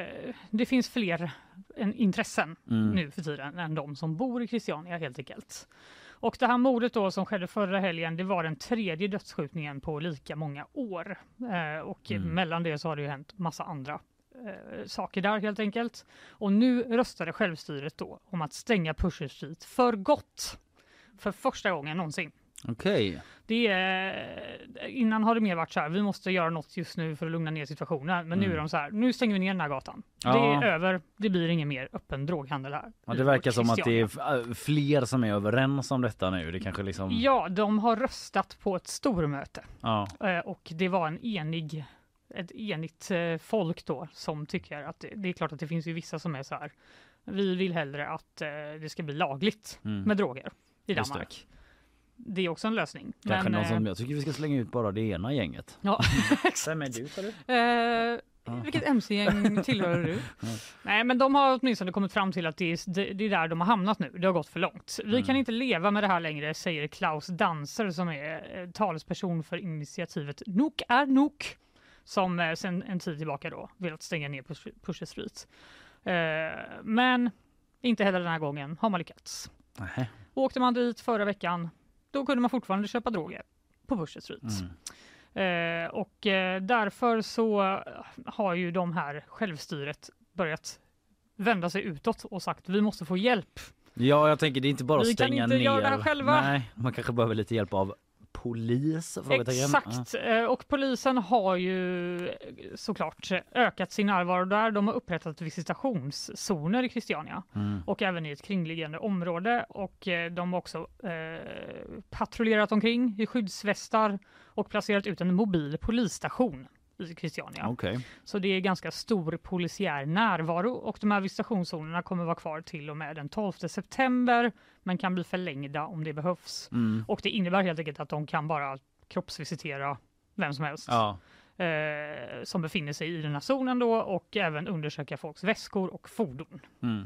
det finns fler än intressen
Mm.
nu för tiden än de som bor i Christiania helt enkelt. Och det här mordet då som skedde förra helgen, det var den tredje dödsskjutningen på lika många år. Eh, och
Mm.
mellan det så har det ju hänt massa andra eh, saker där helt enkelt. Och nu röstade självstyret då om att stänga Pusher Street för gott. För första gången någonsin.
Okej.
Det är, innan har det mer varit så här, vi måste göra något just nu för att lugna ner situationen. Men nu
Mm.
är de så här, nu stänger vi ner den här gatan.
Ja.
Det är över, det blir ingen mer öppen droghandel här.
Ja,
i
det verkar som att det
Christiania.
är f- fler som är överens om detta nu. Det kanske liksom...
Ja, de har röstat på ett stormöte.
Ja.
Eh, Och det var en enig, ett enigt eh, folk då som tycker att det, det är klart att det finns ju vissa som är så här, vi vill hellre att eh, det ska bli lagligt
Mm.
med droger i
Just
Danmark. Det. är också en lösning.
Kanske
Men,
någon som,
eh,
jag tycker vi ska slänga ut bara det ena gänget.
ja,
Vem är du, sa du?
Eh, vilket M C-gäng tillhör du? Nej, men de har åtminstone kommit fram till att det är, det, det är där de har hamnat nu. Det har gått för långt. Vi
Mm.
kan inte leva med det här längre, säger Klaus Danser som är eh, talesperson för initiativet Nok är Nok, som eh, sedan en tid tillbaka då velat stänga ner Push- Pusher Street. Eh, men inte heller den här gången har man lyckats.
Nej.
Åkte man dit förra veckan, då kunde man fortfarande köpa droger på Pusher Street.
Mm.
Eh, och eh, därför så har ju de här självstyret börjat vända sig utåt och sagt vi måste få hjälp.
Ja, jag tänker det är inte bara att
Vi kan
stänga
inte
ner.
göra det här själva.
Nej, man kanske behöver lite hjälp av polis. frågetecken.
Exakt, Eh, och polisen har ju såklart ökat sin närvaro där. De har upprättat visitationszoner i Christiania
Ja. Mm.
och även i ett kringliggande område, och eh, de har också eh, patrullerat omkring i skyddsvästar och placerat ut en mobil polisstation i Christiania.
Okej.
Så det är ganska stor polisiär närvaro, och de här visitationszonerna kommer vara kvar till och med den tolfte september, men kan bli förlängda om det behövs.
Mm.
Och det innebär helt enkelt att de kan bara kroppsvisitera vem som helst
Ja.
eh, som befinner sig i den här zonen då, och även undersöka folks väskor och fordon.
Mm.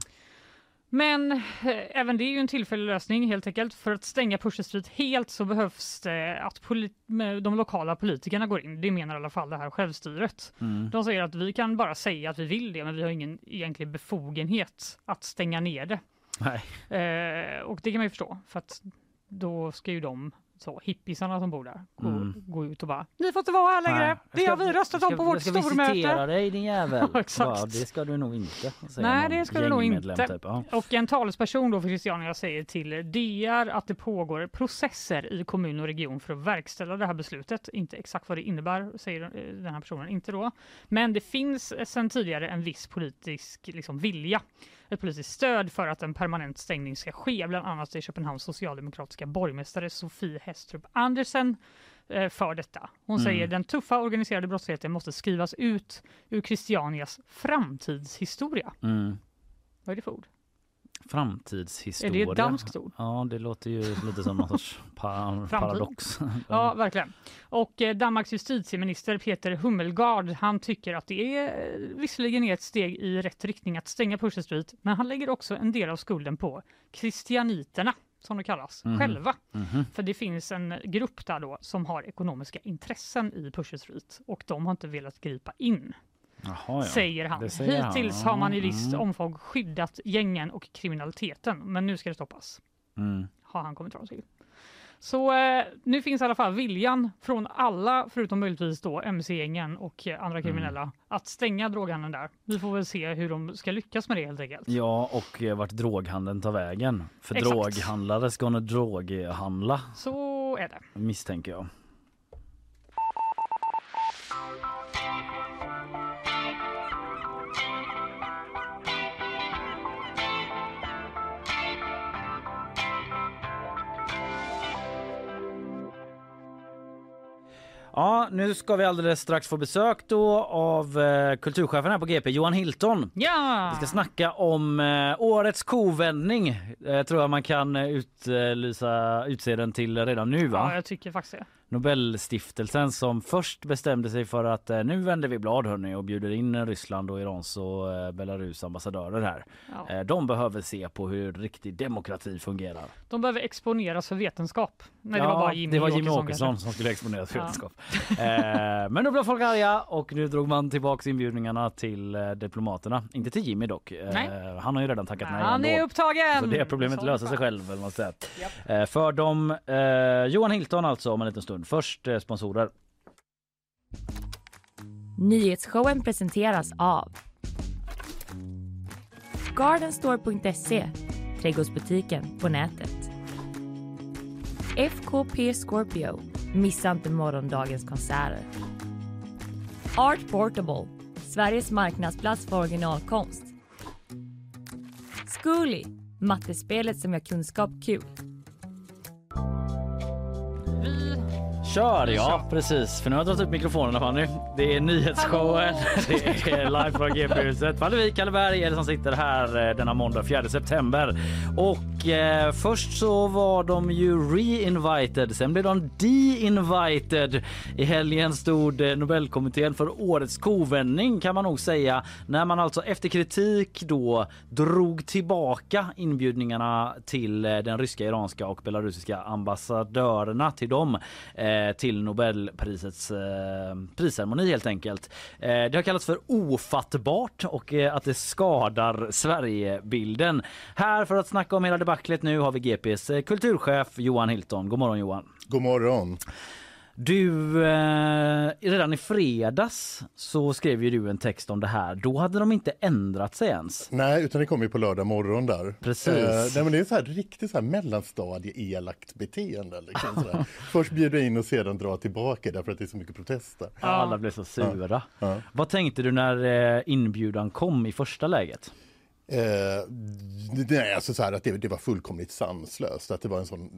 Men eh, även det är ju en tillfällig lösning helt enkelt. För att stänga Pusher Street helt så behövs det att poli- med de lokala politikerna går in. Det menar i alla fall det här självstyret.
Mm.
De säger att vi kan bara säga att vi vill det, men vi har ingen egentlig befogenhet att stänga ner det.
Nej.
Eh, och det kan man ju förstå, för att då ska ju de så hippisarna som bor där gå,
Mm.
gå ut och bara, ni får inte vara här längre,
Nej.
det
Jag
har
ska-
vi röstat
jag
om på
ska-
vårt
jag ska
stormöte.
visitera dig, din jävel.
Ja, exakt.
Ja, det ska du nog inte säga.
Nej,
någon
det ska du nog
gängmedlem
inte.
Typ. Ja.
Och en talesperson då för Christiania säger till D R att det pågår processer i kommun och region för att verkställa det här beslutet. Inte exakt vad det innebär, säger eh, den här personen inte då. Men det finns eh, sedan tidigare en viss politisk liksom, vilja, ett politiskt stöd för att en permanent stängning ska ske. Bland annat är Köpenhamns socialdemokratiska borgmästare Sofie Hestrup Andersen eh, för detta. Hon
Mm.
säger den tuffa organiserade brottsligheten måste skrivas ut ur Christianias framtidshistoria.
Mm.
Vad är det för ord?
Framtidshistoria.
Är det ett danskt ord?
Ja, det låter ju lite som någon sorts pa- paradox.
Ja, verkligen. Och eh, Danmarks justitieminister Peter Hummelgaard, han tycker att det är eh, visserligen är ett steg i rätt riktning att stänga Pusher Street, men han lägger också en del av skulden på kristianiterna, som det kallas,
Mhm.
själva.
Mhm.
För det finns en grupp där då som har ekonomiska intressen i Pusher Street, och de har inte velat gripa in.
Jaha, ja.
Säger han.
Det säger han.
Hittills har man i
Mm.
visst omfång skyddat gängen och kriminaliteten, men nu ska det stoppas.
Mm.
Har han kommit fram till. Så eh, nu finns i alla fall viljan från alla, förutom möjligtvis då M C-gängen och eh, andra kriminella, mm. att stänga droghandeln där. Vi får väl se hur de ska lyckas med det helt enkelt.
Ja, och eh, vart droghandeln tar vägen. För
Exakt.
droghandlare ska nog droghandla.
Så är det.
Misstänker jag. Ja, nu ska vi alldeles strax få besök då av eh, kulturchefen här på G P, Johan Hilton.
Ja!
Vi ska snacka om eh, årets kovändning. Eh, tror jag man kan utlysa, utse den till redan nu, va?
Ja, jag tycker faktiskt det.
Nobelstiftelsen som först bestämde sig för att eh, nu vänder vi blad hörni och bjuder in Ryssland och Irans och eh, Belarus ambassadörer här.
Ja.
Eh, de behöver se på hur riktig demokrati fungerar.
De behöver exponeras för vetenskap. Nej,
ja,
det var bara Jimmy,
det var Jimmy
Åkesson,
Åkesson som skulle exponeras för
ja.
vetenskap. eh, men då blev folk arga och nu drog man tillbaka inbjudningarna till eh, diplomaterna. Inte till Jimmy dock. Eh, han har ju redan tackat nej.
Han är
ändå.
upptagen!
Så det problemet så löser sig själv. Eller man säger. Yep. Eh, för dem, eh, Johan Hilton alltså om en liten stund. Först eh, sponsorer.
Nyhetsshowen presenteras av gardenstore punkt se, trädgårdsbutiken på nätet. F K P Scorpio, missa inte morgondagens konserter. Art Portable, Sveriges marknadsplats för originalkonst. Zcooly, mattespelet som gör kunskap kul.
Kör, ja, precis. För nu har jag dragit upp mikrofonerna, Fanny. Det är nyhetsshowen. Det är live från G P-huset. Vallevik, Kalleberg är det som sitter här denna måndag fjärde september. Och eh, först så var de ju re-invited. Sen blev de de-invited. I helgen stod eh, Nobelkommittén för årets kovändning kan man nog säga. När man alltså efter kritik då drog tillbaka inbjudningarna till eh, den ryska, iranska och belarusiska ambassadörerna till dem. Eh, till Nobelprisets eh, prisceremoni helt enkelt. Eh, det har kallats för ofattbart och eh, att det skadar Sverigebilden. Här för att snacka om hela debaclet nu har vi G P:s eh, kulturchef Johan Hilton. God morgon Johan.
God morgon.
Du, eh, redan i fredags så skrev ju du en text om det här. Då hade de inte ändrat sig ens.
Nej, utan det kom ju på lördag morgon där.
Precis.
Eh, nej, men det är så här riktigt så här mellanstadie-elakt beteende. Liksom, så Först bjuda in och sedan dra tillbaka därför att det är så mycket protester.
Ja, alla blev så sura.
Ja. Ja.
Vad tänkte du när eh, inbjudan kom i första läget?
Eh, nej, alltså så här att det, det var fullkomligt sanslöst. Att det var en sån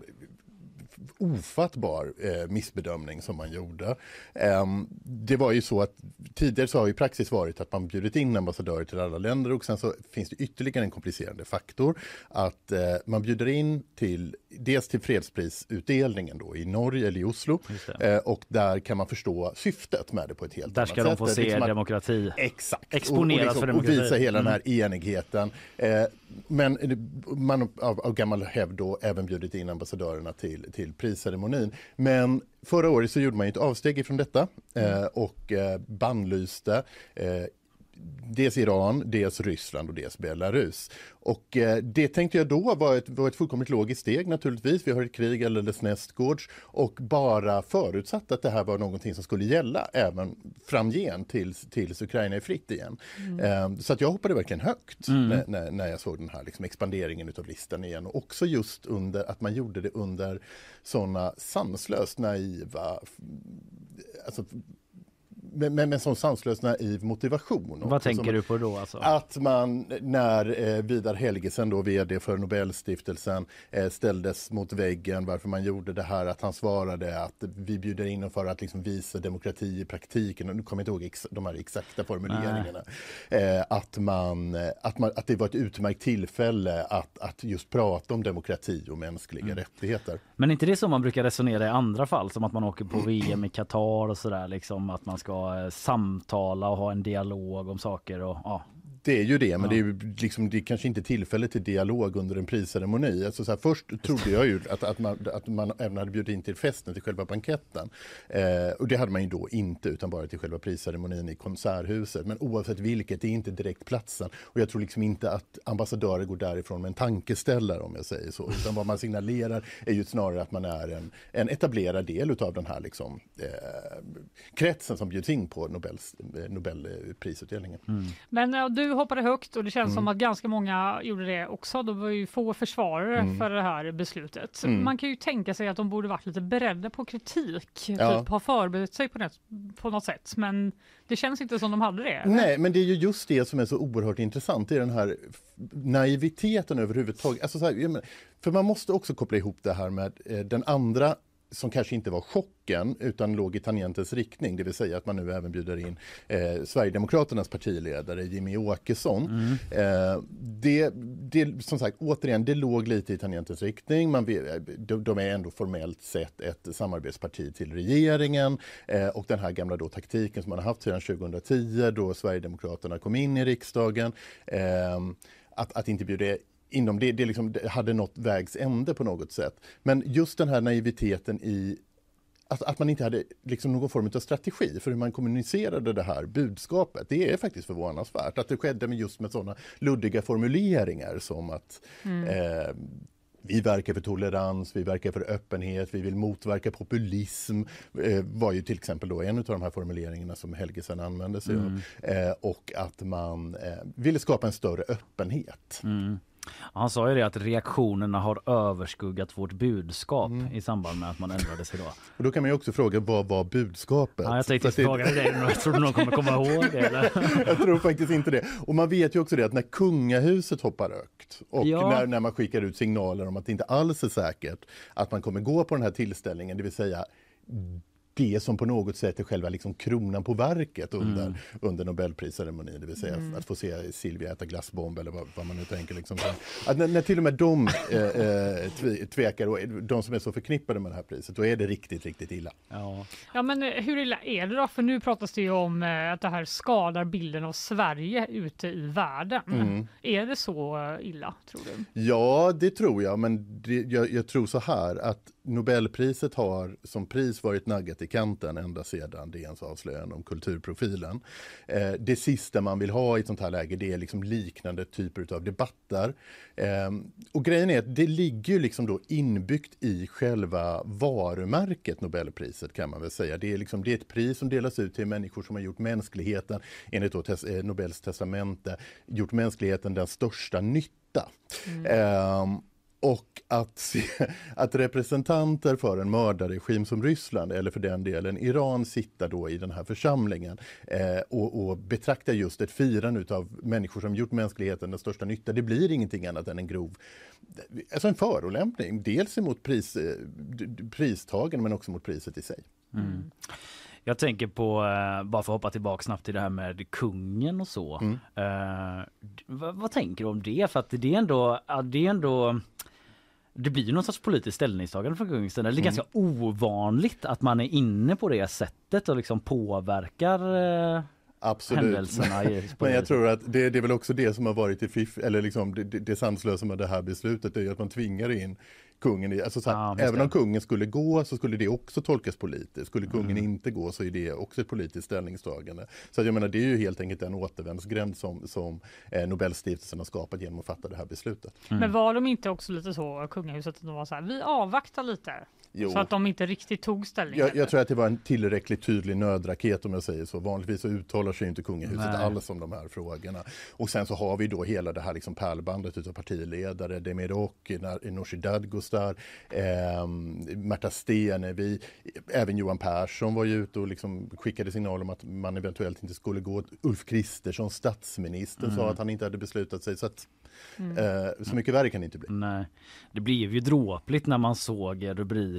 ofattbar eh, missbedömning som man gjorde. Eh, det var ju så att tidigare så har ju praxis varit att man bjudit in ambassadörer till alla länder och sen så finns det ytterligare en komplicerande faktor att eh, man bjuder in till dels till fredsprisutdelningen då i Norge eller i Oslo eh, och där kan man förstå syftet med det på ett helt
där
annat sätt.
Där ska de få se
liksom
demokrati.
Att, exakt.
Exponeras
och, och, liksom,
för demokrati.
Och visa hela
mm.
den här enigheten. Eh, men man av, av gammal hävd då även bjudit in ambassadörerna till, till prisceremonin. Men förra året så gjorde man ju ett avsteg ifrån detta eh, och eh, bannlyste eh, dels Iran, dels Ryssland och dels Belarus. Och eh, det tänkte jag då var ett, var ett fullkomligt logiskt steg naturligtvis. Vi har ett krig alldeles nästgårds och bara förutsatt att det här var någonting som skulle gälla även framgent tills, tills Ukraina är fritt igen. Mm. Eh, så att jag hoppade verkligen högt mm. när, när, när jag såg den här liksom, expanderingen utav listan igen. Och också just under att man gjorde det under sådana sanslöst naiva alltså med, med, med sån sanslös naiv motivation.
Vad tänker som, du på då? Alltså?
Att man när eh, Vidar Helgesen, då vd för Nobelstiftelsen, eh, ställdes mot väggen varför man gjorde det här, att han svarade att vi bjuder in för att liksom, visa demokrati i praktiken. Och nu kommer jag inte ihåg ex- de här exakta formuleringarna. Eh, att, man, att, man, att det var ett utmärkt tillfälle att, att just prata om demokrati och mänskliga mm. rättigheter.
Men inte det som man brukar resonera i andra fall, som att man åker på V M i Qatar och sådär, liksom att man ska samtala och ha en dialog om saker och ja.
Det är ju det, men ja. det är ju liksom, det är kanske inte tillfälle till dialog under en prisceremoni. Alltså så här, först trodde jag ju att, att, man, att man även hade bjudit in till festen, till själva banketten. Eh, och det hade man ju då inte, utan bara till själva prisceremonin i konserthuset. Men oavsett vilket, det är inte direkt platsen. Och jag tror liksom inte att ambassadörer går därifrån med en tankeställare, om jag säger så. Utan vad man signalerar är ju snarare att man är en, en etablerad del av den här liksom, eh, kretsen som bjuds in på Nobels, Nobelprisutdelningen. Mm.
Men ja, du hoppade högt och det känns mm. som att ganska många gjorde det också. De var ju få försvarare mm. för det här beslutet. Mm. Man kan ju tänka sig att de borde varit lite beredda på kritik. Ja. Typ ha förberett sig på, det, på något sätt. Men det känns inte som de hade det. Eller?
Nej, men det är ju just det som är så oerhört intressant. Det är den här naiviteten överhuvudtaget. Alltså så här, för man måste också koppla ihop det här med eh, den andra som kanske inte var chocken utan låg i tangentens riktning, det vill säga att man nu även bjuder in eh, Sverigedemokraternas partiledare Jimmy Åkesson. Mm. Eh, det, det, som sagt, återigen, det låg lite i tangentens riktning. Man, de, de är ändå formellt sett ett samarbetsparti till regeringen eh, och den här gamla då taktiken som man har haft sedan tjugohundratio då Sverigedemokraterna kom in i riksdagen, eh, att, att inte bjuda inom det, det, liksom, det hade nått vägs ände på något sätt. Men just den här naiviteten i att, att man inte hade liksom någon form av strategi för hur man kommunicerade det här budskapet, det är faktiskt förvånansvärt. Att det skedde med just med sådana luddiga formuleringar som att mm. eh, vi verkar för tolerans, vi verkar för öppenhet, vi vill motverka populism, eh, var ju till exempel då en av de här formuleringarna som Helgesen använde sig mm. av. Eh, och att man eh, ville skapa en större öppenhet.
Mm. Han sa ju det att reaktionerna har överskuggat vårt budskap mm. i samband med att man ändrade sig då.
Och då kan man ju också fråga, vad var budskapet?
Ja, jag tänkte det... fråga dig, men jag tror någon kommer komma ihåg det. Eller?
Jag tror faktiskt inte det. Och man vet ju också det att när kungahuset hoppar högt och ja. när, när man skickar ut signaler om att det inte alls är säkert att man kommer gå på den här tillställningen, det vill säga det som på något sätt är själva liksom kronan på verket under, mm. under Nobelprisceremonin, det vill säga mm. att få se Silvia äta glassbomb eller vad, vad man nu tänker. Liksom. Att när, när till och med de äh, tvekar, och de som är så förknippade med det här priset, då är det riktigt, riktigt illa.
Ja, ja men hur illa är det då? För nu pratas det ju om att det här skadar bilden av Sverige ute i världen. Mm. Är det så illa, tror du?
Ja, det tror jag, men det, jag, jag tror så här att Nobelpriset har som pris varit naggat i kanten ända sedan D N:s avslöjande om kulturprofilen. Eh, det sista man vill ha i ett sånt här läge, det är liksom liknande typer av debatter. Eh, och grejen är att det ligger ju liksom då inbyggt i själva varumärket Nobelpriset, kan man väl säga. Det är, liksom, det är ett pris som delas ut till människor som har gjort mänskligheten, enligt då tes- eh, Nobels testamente, gjort mänskligheten den största nytta. Mm. Eh, Och att, se, att representanter för en mördarregim som Ryssland, eller för den delen Iran, sitter då i den här församlingen eh, och, och betraktar just ett firande av människor som gjort mänskligheten den största nytta. Det blir ingenting annat än en grov, alltså en förolämpning. Dels emot pris, pristagen men också mot priset i sig.
Mm. Jag tänker på, bara för att hoppa tillbaka snabbt till det här med kungen och så. Mm. Uh, vad, vad tänker du om det? För att det är ändå... Det är ändå det blir ju någon sorts politiskt ställningstagande från kungens sida. Det är mm. ganska ovanligt att man är inne på det sättet och liksom påverkar uh, händelserna.
Men jag tror att det, det är väl också det som har varit i fiff, eller liksom det, det, det sanslösa med det här beslutet, är ju att man tvingar in kungen i, alltså så här, ja, även om kungen skulle gå så skulle det också tolkas politiskt. Skulle kungen mm. inte gå så är det också ett politiskt ställningstagande. Så jag menar, det är ju helt enkelt en återvändsgränd som, som eh, Nobelstiftelsen har skapat genom att fatta det här beslutet.
Mm. Men var de inte också lite så, kungahuset, att de var så här, vi avvaktar lite? Jo. Så att de inte riktigt tog ställning.
Jag, jag tror att det var en tillräckligt tydlig nödraket, om jag säger så. Vanligtvis så uttalar sig inte kungahuset Nej. alls om de här frågorna. Och sen så har vi då hela det här liksom pärlbandet utav partiledare, Demirok, Nooshi Dadgostar, eh, Märta Stenevi, även Johan Persson var ju ute och liksom skickade signal om att man eventuellt inte skulle gå. Ulf Kristersson, statsministern, mm. sa att han inte hade beslutat sig, så att Mm. Eh, så mycket värre kan det inte bli.
Nej. Det blev ju dråpligt när man såg rubrik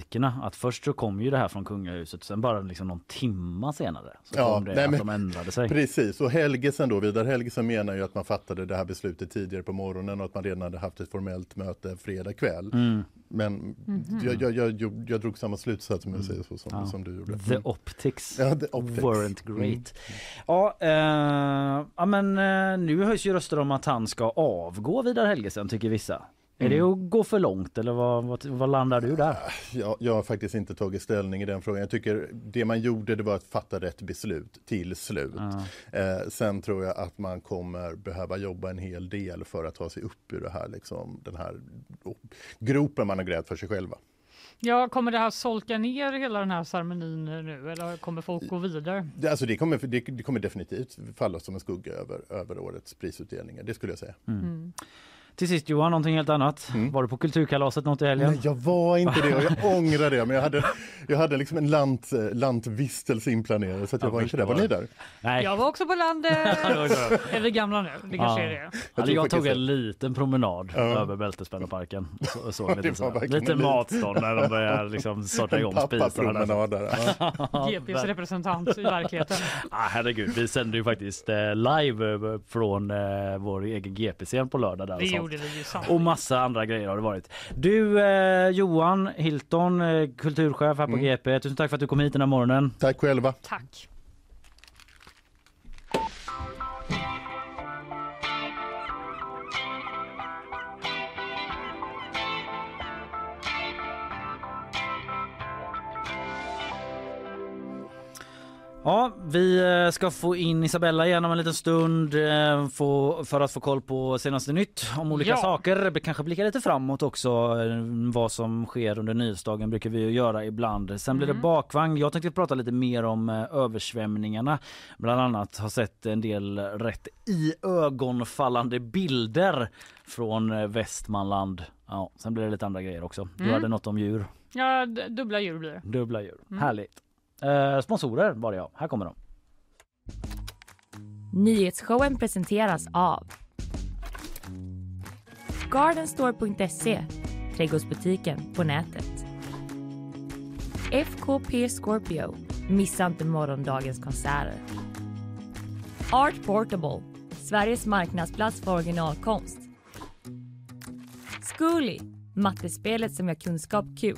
rubrikerna att först så kom ju det här från kungahuset, sen bara liksom någon timma senare så
Ja,
kom det
nej,
att
men-
de ändrade sig.
Precis, och Helgesen då, Vidar Helgesen menar ju att man fattade det här beslutet tidigare på morgonen och att man redan hade haft ett formellt möte fredag kväll.
Mm.
Men jag, jag, jag, jag, jag drog samma slutsats om jag säger så som,
Ja.
som du gjorde.
The optics,
Ja, the optics.
weren't great.
Mm.
Ja, eh, ja, men eh, nu höjs ju röster om att han ska avgå, Vidar Helgesen, tycker vissa. Är det att gå för långt eller vad, vad, vad landar du där?
Jag, jag har faktiskt inte tagit ställning i den frågan. Jag tycker det man gjorde det var att fatta rätt beslut till slut.
Ja.
Eh, sen tror jag att man kommer behöva jobba en hel del för att ta sig upp ur det här, liksom, den här gropen man har grävt för sig själva.
Ja, kommer det här solka ner hela den här ceremonin nu eller kommer folk gå vidare?
Det, alltså det, kommer, det, det kommer definitivt falla som en skugga över, över årets prisutdelningar, det skulle jag säga.
Mm.
Mm.
Till sist Johan, någonting helt annat.
Mm.
Var du på kulturkalaset något i helgen?
Nej, jag var inte det och jag ångrar det, men jag hade, jag hade liksom en lant, lantvistelse inplanerad så att jag
Jag
var inte där. Var
förstår.
ni där?
Nej.
Jag var också på landet. Är vi gamla nu? Det kanske
Ja.
är det.
Jag,
Jag
jag,
tror
tog
faktiskt
en liten promenad
Ja.
över Bältespännarparken. Så, så, lite
Det var
så.
verkligen
lite
en liten-
matstånd när de börjar liksom sorta
En
igång spisarna. där.
pappapromenad där. Ja.
G P:s representant i verkligheten.
Ah, herregud, vi sände ju faktiskt eh, live eh, från eh, vår egen G P-scen på lördag där och
Det
sånt.
gjorde vi ju sant.
Och massa andra grejer har det varit. Du eh, Johan Hilton, eh, kulturchef här på
Mm.
G P. Tusen tack för att du kom hit den här morgonen.
Tack själva.
Tack.
Ja, vi eh, ska få in Isabella igen om en liten stund eh, få, för att få koll på senaste nytt om olika
Ja.
saker. Vi kanske blicka lite framåt också. eh, Vad som sker under nyhetsdagen brukar vi ju göra ibland. Sen blir det
Mm.
bakvagn. Jag tänkte prata lite mer om eh, översvämningarna. Bland annat har sett en del rätt i ögonfallande bilder från eh, Västmanland. Ja, sen blir det lite andra grejer också. Du
Mm.
hade något om djur.
Ja, d- dubbla djur blir det.
Dubbla djur.
Mm.
Härligt. Eh, sponsorer var det, ja. Här kommer de.
Nyhetsshowen presenteras av gardenstore punkt se, trädgårdsbutiken på nätet. F K P Scorpio, missa inte morgondagens konserter. Art Portable, Sveriges marknadsplats för originalkonst. Zcooly, mattespelet som gör kunskap kul.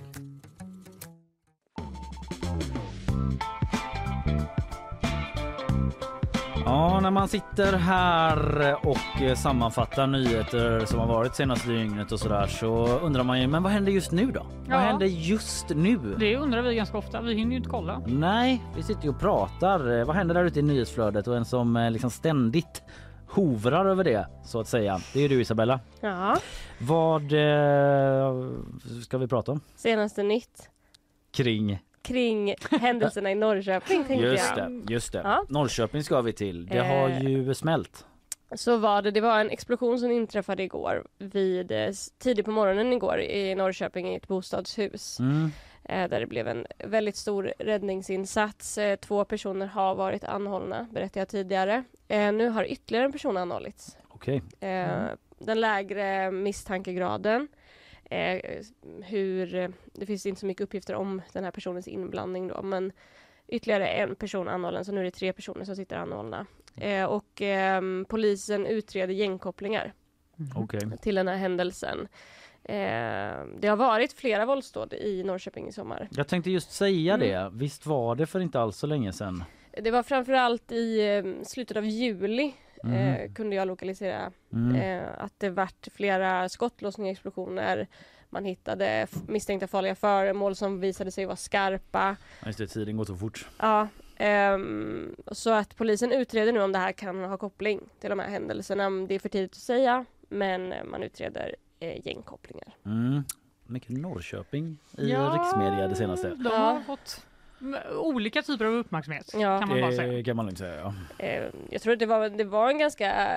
Ja, när man sitter här och eh, sammanfattar nyheter som har varit senaste dygnet och sådär så undrar man ju, men vad händer just nu då?
Ja.
Vad händer just nu?
Det undrar vi ganska ofta. Vi hinner ju inte kolla.
Nej, vi sitter ju och pratar. Eh, Vad händer där ute i nyhetsflödet och en som eh, liksom ständigt hovrar över det så att säga. Det är du Isabella.
Ja,
Vad eh, ska vi prata om?
senaste nytt
Kring
kring händelserna i Norrköping tänkte
just
jag.
det, just det.
Ja.
Norrköping ska vi till. Det har
Eh.
ju smält.
Så var det, det var en explosion som inträffade igår vid eh, tidigt på morgonen igår i Norrköping i ett bostadshus.
Mm.
Eh, där det blev en väldigt stor räddningsinsats. Eh, två personer har varit anhållna, berättade jag tidigare. Eh, nu har ytterligare en person anhållits.
Okej.
Eh, Den lägre misstankegraden. Eh, hur, det finns inte så mycket uppgifter om den här personens inblandning då, men ytterligare en person anhållen, så nu är det tre personer som sitter anhållna. Eh, och eh, polisen utreder gängkopplingar
Okej.
till den här händelsen. Eh, det har varit flera våldsdåd i Norrköping i sommar.
Jag tänkte just säga
Mm.
det. Visst var det för inte alls så länge sedan?
Det var framförallt i eh, slutet av juli
Mhm.
eh, kunde jag lokalisera
Mm.
eh, att det vart flera skottlossningar, explosioner. Man hittade f- misstänkta farliga föremål som visade sig vara skarpa.
Ja, just det, tiden går så fort.
Ja, ehm, så att polisen utreder nu om det här kan ha koppling till de här händelserna. Det är för tidigt att säga, men man utreder eh, gängkopplingar.
Mm. Mycket Norrköping i
Ja,
riksmedia det senaste.
De har fått m- olika typer av uppmärksamhet
Ja.
kan man bara
Det
säga.
kan man lugnt säga, ja.
Eh, jag tror att det var, det var en ganska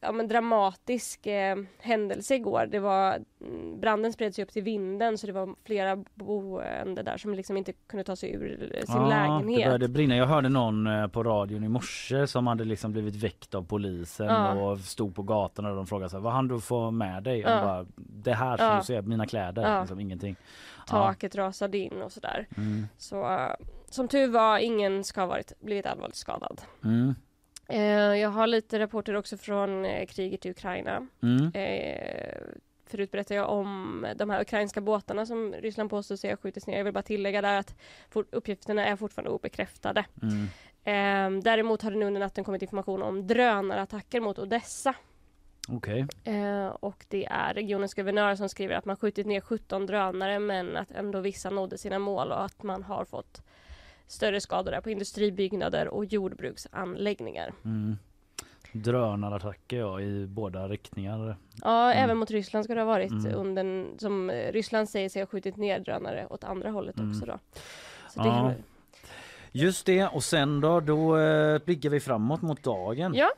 ja, men dramatisk eh, händelse igår. Det var, branden spred sig upp till vinden så det var flera boende där som liksom inte kunde ta sig ur sin
ja,
lägenhet.
Det började brinna. Jag hörde någon eh, på radion i morse som hade liksom blivit väckt av polisen
ja.
och stod på gatan och de frågade sig, vad hann du få med dig?
Ja.
Och bara, det här som
ja.
du ser, mina kläder, ja. liksom ingenting.
Taket ja. rasade in och sådär.
Mm.
Så uh, som tur var, ingen ska ha varit, blivit allvarligt skadad.
Mm.
Eh, jag har lite rapporter också från eh, kriget i Ukraina.
Mm.
Eh, förut berättade jag om de här ukrainska båtarna som Ryssland påstår sig ha skjutits ner. Jag vill bara tillägga där att for, uppgifterna är fortfarande obekräftade.
Mm.
Eh, däremot har det nu under natten kommit information om drönarattacker mot Odessa.
Okej.
Okay. Eh, och det är regionens guvernör som skriver att man skjutit ner sjutton drönare men att ändå vissa nådde sina mål och att man har fått större skador där på industribyggnader och jordbruksanläggningar.
Mm. Drönarattacker ja, i båda riktningar.
Ja,
mm.
även mot Ryssland ska det ha varit
mm.
under, som Ryssland säger sig ha skjutit ner drönare åt andra hållet
mm.
också då. Så
ja.
det kan...
Just det, och sen då, då eh, blickar vi framåt mot dagen.
Ja.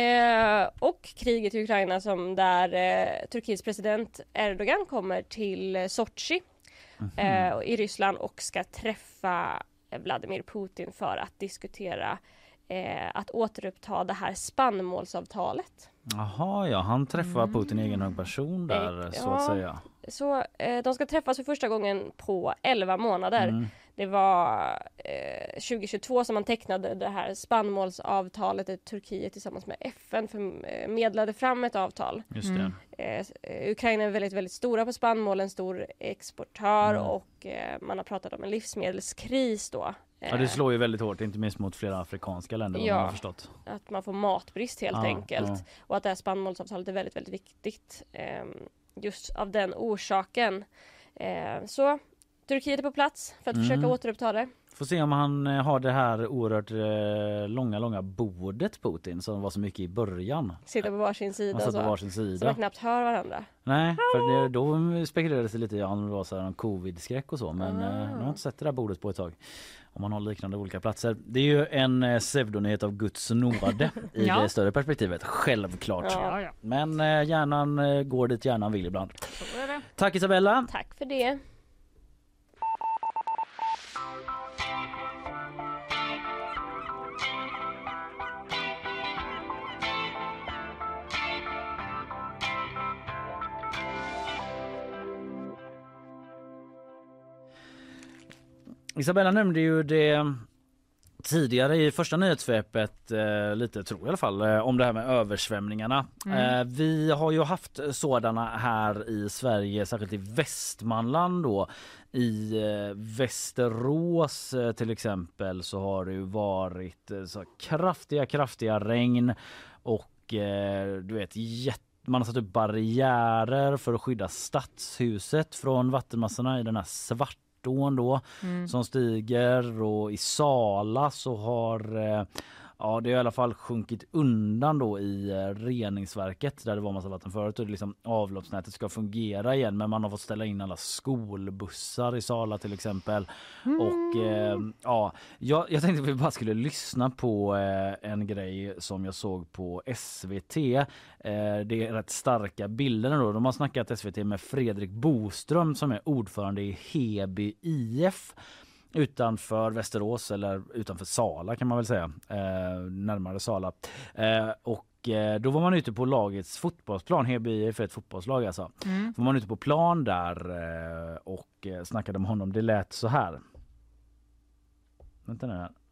Eh, och kriget i Ukraina som där eh, Turkiets president Erdogan kommer till Sochi mm-hmm. eh, i Ryssland och ska träffa Vladimir Putin för att diskutera eh, att återuppta det här spannmålsavtalet.
Jaha, ja, han träffar mm. Putin i egen hög person där eh, så
ja,
att säga.
Så eh, de ska träffas för första gången på elva månader. Mm. Det var eh, tjugohundratjugotvå som man tecknade det här spannmålsavtalet i Turkiet tillsammans med F N för, eh, medlade fram ett avtal.
Just det.
Mm. Eh, Ukraina är väldigt, väldigt stora på spannmål, en stor exportör mm. och eh, man har pratat om en livsmedelskris då.
Ja, det slår ju väldigt hårt, inte minst mot flera afrikanska länder.
Ja,
man har förstått.
Att man får matbrist helt
ja,
enkelt.
Ja.
Och att det här spannmålsavtalet är väldigt, väldigt viktigt eh, just av den orsaken. Eh, så Turkiet är på plats för att mm. försöka återuppta det.
Får se om han har det här oerhört eh, långa, långa bordet Putin som var så mycket i början.
Sitta på varsin sida.
Man sitter på varsin sida.
Så man knappt hör varandra.
Nej, för det, då spekulerades det lite i om det var så här en covid-skräck och så. Men ah. eh, jag har inte sett det där bordet på ett tag. Om man har liknande olika platser. Det är ju en eh, pseudonyhet av Guds nåde i ja. det större perspektivet. Självklart.
Ja, ja.
Men eh, hjärnan eh, går dit hjärnan vill ibland. Så är det. Tack Isabella.
Tack för det.
Isabella nämnde ju det tidigare i första nyhetssvepet eh, lite tror jag i alla fall eh, om det här med översvämningarna. Mm. Eh, vi har ju haft sådana här i Sverige, särskilt i Västmanland då. I eh, Västerås eh, till exempel så har det ju varit eh, så kraftiga kraftiga regn och eh, du vet jätte man har satt upp barriärer för att skydda stadshuset från vattenmassorna i den här svart då mm. som stiger, och i Sala så har eh, ja, det är i alla fall sjunkit undan då i eh, reningsverket där det var massa vatten förut och det liksom avloppsnätet ska fungera igen, men man har fått ställa in alla skolbussar i Sala till exempel. Mm. Och eh, ja, jag, jag tänkte att vi bara skulle lyssna på eh, en grej som jag såg på S V T. Eh, det är rätt starka bilder då. De har snackat S V T med Fredrik Boström som är ordförande i Heby I F utanför Västerås, eller utanför Sala kan man väl säga, eh, närmare Sala. Eh, och eh, då var man ute på lagets fotbollsplan, Heby I F är ett fotbollslag alltså. Mm. Så var man ute på plan där eh, och eh, snackade med honom. Det lät så här. Vänta nu här.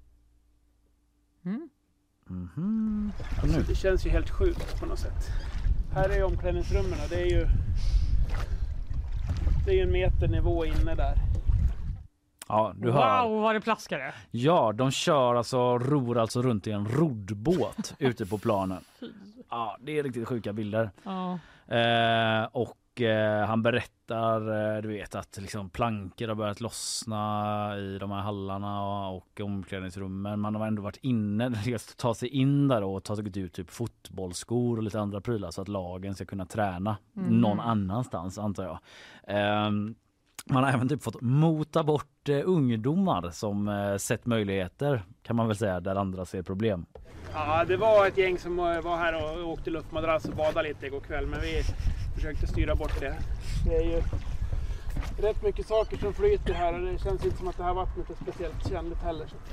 Mm.
Mm-hmm.
Alltså, det känns ju helt sjukt på något sätt. Här är omklädningsrummen och det är ju det är ju en meter nivå inne där.
Ja, du
wow,
hör.
vad det plaskade.
Ja, de kör alltså, ror alltså runt i en roddbåt ute på planen. Ja, det är riktigt sjuka bilder.
Ja.
Eh, och eh, han berättar, eh, du vet, att liksom plankor har börjat lossna i de här hallarna och omklädningsrummen. Man har ändå varit inne, ta sig in där och tagit ut typ fotbollsskor och lite andra prylar så att lagen ska kunna träna mm. någon annanstans, antar jag. Eh, Man har även typ fått mota bort eh, ungdomar som eh, sett möjligheter, kan man väl säga, där andra ser problem.
Ja, det var ett gäng som var här och åkte luftmadrass och badade lite igår kväll, men vi försökte styra bort det. Det är ju rätt mycket saker som flyter här och det känns inte som att det här vattnet är speciellt kännligt heller. Så.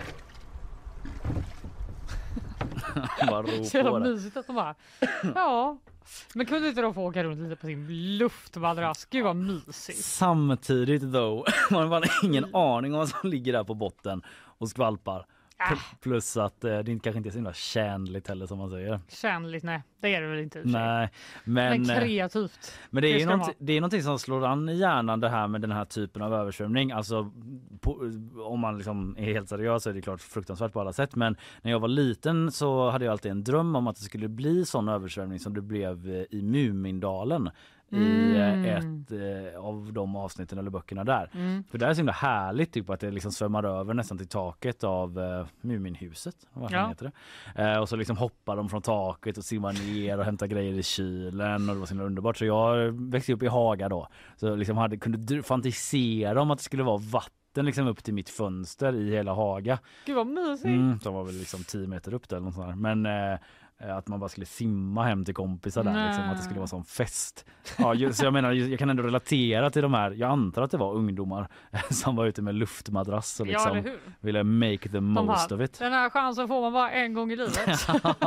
Så jävla mysigt att de bara, ja. Men kunde inte de få åka runt lite på sin luftmadrass? Gud vad mysigt.
Samtidigt då, man har ingen aning om vad som ligger där på botten och skvalpar.
Äh.
Plus att eh, det kanske inte är så himla känligt heller som man säger.
Känligt, nej. Det är det väl inte.
Nej, men,
men kreativt.
Men det är,
det,
ju något, det är någonting som slår an i hjärnan det här med den här typen av översvämning. Alltså på, om man liksom är helt seriös så är det klart fruktansvärt på alla sätt. Men när jag var liten så hade jag alltid en dröm om att det skulle bli sån översvämning som det blev i Mumindalen. I mm. ett eh, av de avsnitten eller böckerna där. Mm. För det är så himla härligt typ att det liksom svämmar över nästan till taket av eh, Muminhuset. Vad ja. heter det? Eh, och så liksom hoppar de från taket och simmar ner och hämtar grejer i kylen och det var så himla underbart. Så jag växte upp i Haga då. Så liksom hade, kunde fantisera om att det skulle vara vatten liksom upp till mitt fönster i hela Haga.
Gud vad mysigt.
Mm, så var väl liksom tio meter upp där eller något sånt där. Men eh, att man bara skulle simma hem till kompisar där liksom, att det skulle vara sån fest. Ja, ju, så jag menar, jag kan ändå relatera till de här, jag antar att det var ungdomar som var ute med luftmadrass och liksom
ja,
ville make the most
bara,
of it.
Den här chansen får man bara en gång i livet.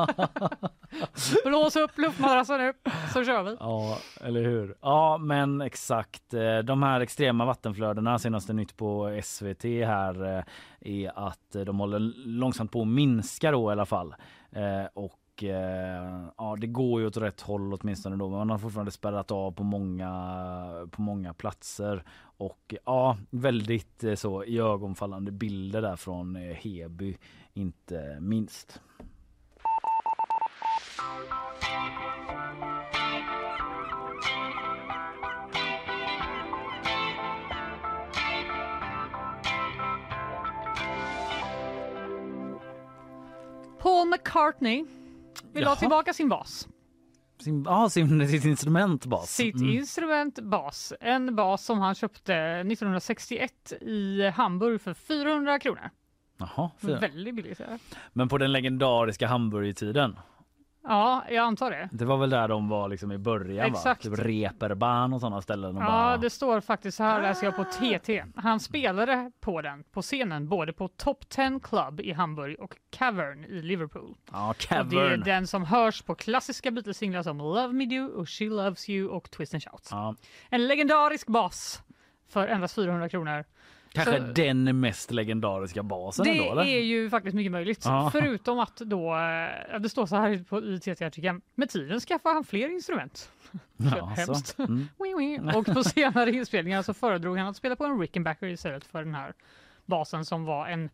Blås upp luftmadrassen nu, så kör vi.
Ja, eller hur? Ja, men exakt. De här extrema vattenflödena, senaste nytt på S V T här, är att de håller långsamt på att minska då i alla fall. Och ja, det går ju åt rätt håll åtminstone då, men man har fortfarande spärrat av på många på många platser och ja, väldigt så iögonfallande bilder där från Heby, inte minst.
Paul McCartney vill ha tillbaka sin bas.
Sin, ah, sin, sitt instrumentbas.
Sitt mm. instrumentbas. En bas som han köpte nittonhundrasextioett i Hamburg för fyrahundra kronor.
Jaha,
väldigt billigt. Ja.
Men på den legendariska Hamburg-tiden?
Ja, jag antar det.
Det var väl där de var liksom i början.
Exakt.
Va? Typ Reeperbahn och sådana ställen. Och
ja,
bara...
det står faktiskt så här, läser jag på T T. Han spelade på den, på scenen, både på Top Ten Club i Hamburg och Cavern i Liverpool.
Ja, Cavern.
Och det är den som hörs på klassiska Beatles-singlar som Love Me Do och She Loves You och Twist and Shout.
Ja.
En legendarisk bas för endast fyrahundra kronor.
Kanske
så,
den mest legendariska basen
det
ändå, eller?
är ju faktiskt mycket möjligt. Ja. Förutom att då, det står så här på, i T T-artikeln, med tiden skaffar han fler instrument.
Ja,
hemskt.
Mm.
Och på senare inspelningar så föredrog han att spela på en Rickenbacker istället för den här basen som var en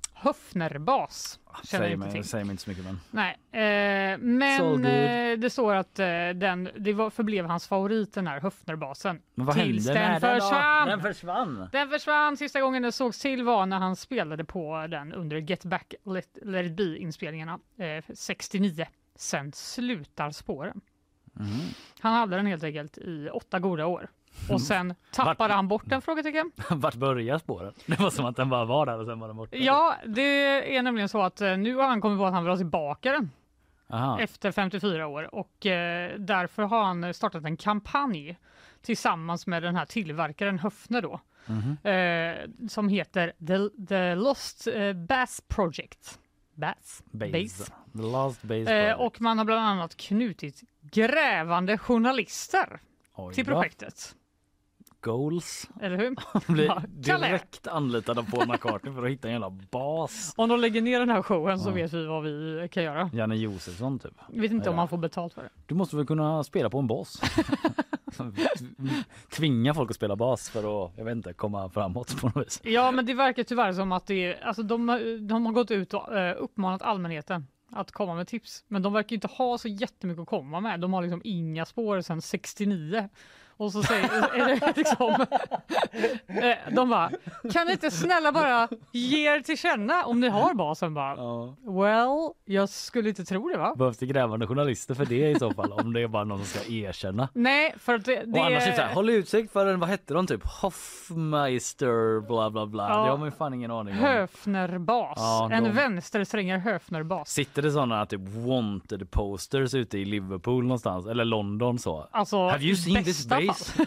Höfner-bas.
Säger mig, säger mig inte så mycket, men...
Nej, eh, men eh, det står att eh, den, det var, förblev hans favorit, den här Höfner-basen.
Men vad
tills
hände
den
den
försvann.
Den försvann.
Den försvann. Sista gången den sågs till var när han spelade på den under Get Back Let, Let It Be-inspelningarna eh, sextionio. Sen slutar spåren.
Mm.
Han hade den helt enkelt i åtta goda år. Och sen tappade Vart... han bort den, frågetecken.
Vart börjar spåren? Det var som att den bara var där och sen var den borta.
Ja, det är nämligen så att nu har han kommit på att han vill ha tillbaka den.
Aha. Efter
femtiofyra år. Och eh, därför har han startat en kampanj tillsammans med den här tillverkaren Höfner då. Mm-hmm. Eh, som heter The, The Lost eh, Bass Project. Bass?
Base.
Base.
The Lost Bass
eh, och man har bland annat knutit grävande journalister
Oj,
till projektet.
Goals.
Eller hur?
Blir
ja,
direkt anlitad av Paul McCartney för att hitta en jävla bas.
Om de lägger ner den här showen så ja. vet vi vad vi kan göra.
Janne Josefsson typ.
Jag vet inte ja. om man får betalt för det.
Du måste väl kunna spela på en bas. Tvinga folk att spela bas för att, jag vet inte, komma framåt på något vis.
Ja, men det verkar tyvärr som att det är, alltså de, de har gått ut och uh, uppmanat allmänheten att komma med tips. Men de verkar inte ha så jättemycket att komma med. De har liksom inga spår sedan sextionio. Och så säger är det liksom, de bara, kan ni inte snälla bara ge er till känna om ni har basen? Bara,
Ja.
well, jag skulle inte tro det, va?
Behövs det grävande journalister för det i så fall, om det är bara någon som ska erkänna.
Nej, för att det, det
Och annars är
är...
det så här, håll utsikt för en, vad hette de typ? Hoffmeister, bla bla bla.
Ja.
Det har man ju fan ingen aning om.
Höfnerbas.
Ja,
en
de-
vänstersträngare Höfnerbas.
Sitter det sådana typ wanted posters ute i Liverpool någonstans, eller London så?
Alltså,
Have you seen this
bästa
base?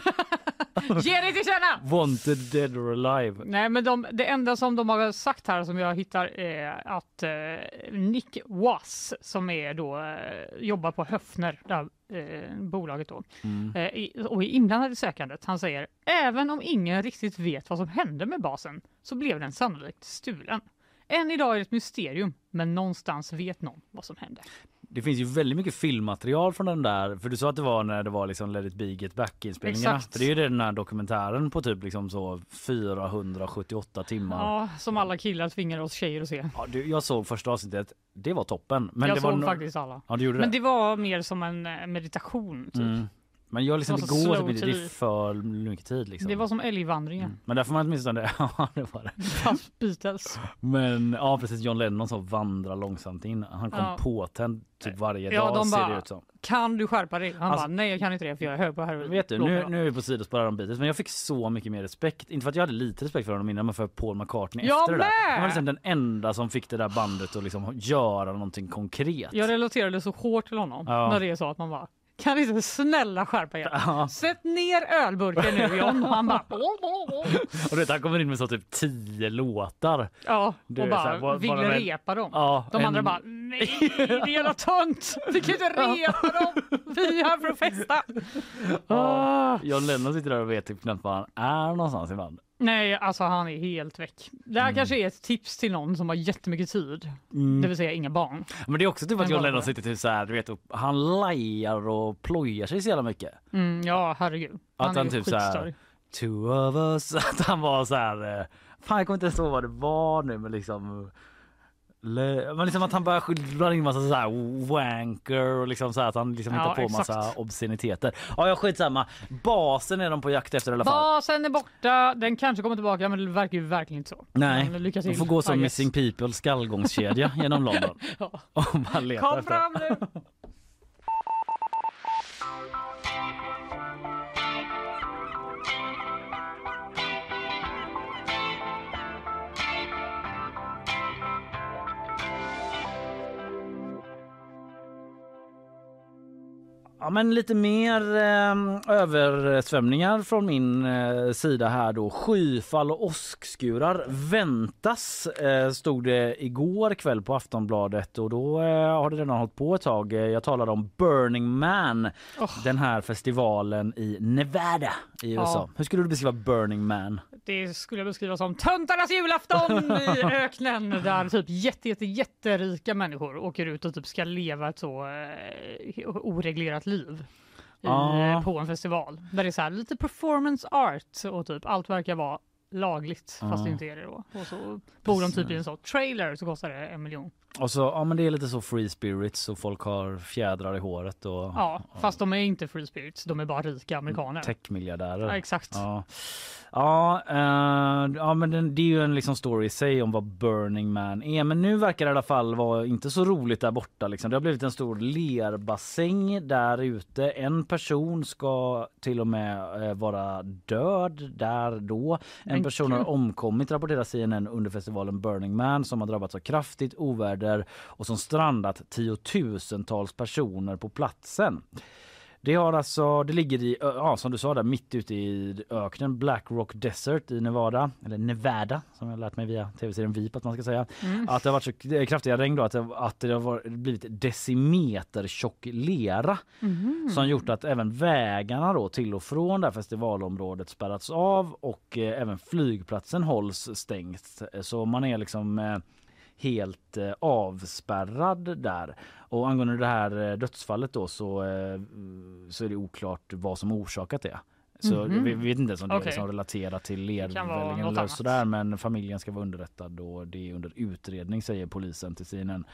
Ge dig till känna!
Wanted dead or alive.
Nej, men de, det enda som de har sagt här som jag hittar är att eh, Nick Wass, som är då eh, jobbar på Höfner, där, eh, bolaget då,
Mm.
eh, i, och är inblandad i sökandet. Han säger, även om ingen riktigt vet vad som hände med basen så blev den sannolikt stulen. Än idag är det ett mysterium, men någonstans vet någon vad som hände.
Det finns ju väldigt mycket filmmaterial från den där, för du sa att det var när det var liksom Let it be, get back-inspelningarna.
Exakt.
För det är ju den här dokumentären på typ liksom så fyrahundrasjuttioåtta timmar.
Ja, som alla killar tvingar oss tjejer att se.
Ja, du, jag såg första avsnittet, det var toppen. Men
jag
det
såg
var no-
faktiskt alla.
Ja, du gjorde
Men
det.
det var mer som en eh, meditation typ.
Mm. Men jag liksom,
Det
det
var så
går
slow
typ inte, det är
T V.
för mycket tid liksom.
Det var som älgvandringen.
Mm. Men där får man åtminstone, ja det var det.
Fast Beatles.
Men ja precis, John Lennon så vandrar långsamt in. Han kom
Ja.
påtänd typ varje
Ja,
dag
de
ser
bara,
det ut som.
Kan du skärpa dig? Han
Alltså-
bara, nej jag kan inte det för jag är hög på heroin.
Vet du,
Låt mig
nu,
vara.
nu är vi på sidospår om Beatles, men jag fick så mycket mer respekt. Inte för att jag hade lite respekt för honom innan, men för Paul McCartney
Jag
efter det där.
med!
Han var liksom den enda som fick det där bandet att liksom göra någonting konkret.
Jag relaterade så hårt till honom
Ja.
när det är så att man bara, kan inte snälla skärpa er?
Ja.
Sätt ner ölburken nu John. Han bara,
Och du vet, han kommer in med så typ tio låtar.
ja,
Du
och
är så
bara
här, vad-
vill
vad de är-
repa dem.
Ja,
De
en-
andra bara, nej det är jävla tönt. Vi kan inte repa dem. Vi är här för att festa. Ah.
John Lennon sitter där och vet typ knappt var han är någonstans ibland.
Nej, alltså han är helt väck. Det här
Mm.
kanske är ett tips till någon som har jättemycket tid.
Mm.
Det vill säga inga barn.
Men det är också typ att
Men
John
bara-
Lennon sitter typ så här, du vet, och han lajar och plojar sig så jävla mycket.
Mm, ja, herregud. Han
Att
är
han
ju
typ så här,
skitstörig.
two of us, att han var så här, eh, fan jag kommer inte ens ihåg vad det var nu, men liksom le, men liksom att han bara drar in massa så här wanker och liksom så här att han liksom
Ja,
hittar på
exakt.
massa obsceniteter. Ja, jag skitsamma. Basen är de på jakt efter i alla fall.
Basen är borta, den kanske kommer tillbaka men det verkar ju verkligen inte så.
Nej,
Men lycka till.
de får gå som
I guess.
Missing People skallgångskedja genom London.
Ja.
Och bara leta
Kom
efter.
fram nu!
Ja, men lite mer eh, översvämningar från min eh, sida här då. Skyfall och åskskurar väntas, eh, stod det igår kväll på Aftonbladet, och då eh, har det redan hållit på ett tag. Jag talade om Burning Man,
Oh.
den här festivalen i Nevada i U S A.
Ja.
Hur skulle du beskriva Burning Man?
Det skulle jag beskriva som töntarnas julafton i öknen där typ jätte, jätte, jätterika människor åker ut och typ ska leva ett så eh, oreglerat liv i,
Ja.
på en festival. Där det är så här lite performance art och typ allt verkar vara lagligt fast
Ja.
det inte är det då. Och så bor de typ i en sån trailer så kostar det en miljon.
Och så, ja men det är lite så free spirits och folk har fjädrar i håret och
Ja, fast de är inte free spirits, de är bara rika amerikaner.
techmiljardärer.
Ja, exakt.
Ja, ja, eh, ja men den, det är ju en liksom story i sig om vad Burning Man är. Men nu verkar det i alla fall vara inte så roligt där borta. Liksom. Det har blivit en stor lerbassäng där ute. En person ska till och med eh, vara död där då. En
Men
person har
gud.
omkommit, rapporterar C N N, under festivalen Burning Man, som har drabbats av kraftigt oväder och som strandat tiotusentals personer på platsen. Det har alltså, det ligger i, ja, som du sa där, mitt ute i öknen, Black Rock Desert i Nevada, eller Nevada som jag har lärt mig via tv-serien V I P att man ska säga.
Mm.
Att det har varit så kraftiga regn då, att det, att det har varit, blivit decimeter tjock lera
Mhm.
som gjort att även vägarna då till och från det här festivalområdet spärrats av, och eh, även flygplatsen hålls stängt. Så man är liksom eh, helt eh, avspärrad där. Och angående det här eh, dödsfallet då så, eh, så är det oklart vad som orsakat det. Så
Mhm.
vi, vi vet inte ens om det är
Okej.
liksom relaterat till
kan vara
lervällingen
något
eller
annat.
sådär, men familjen ska vara underrättad och det är under utredning, säger polisen till C N N.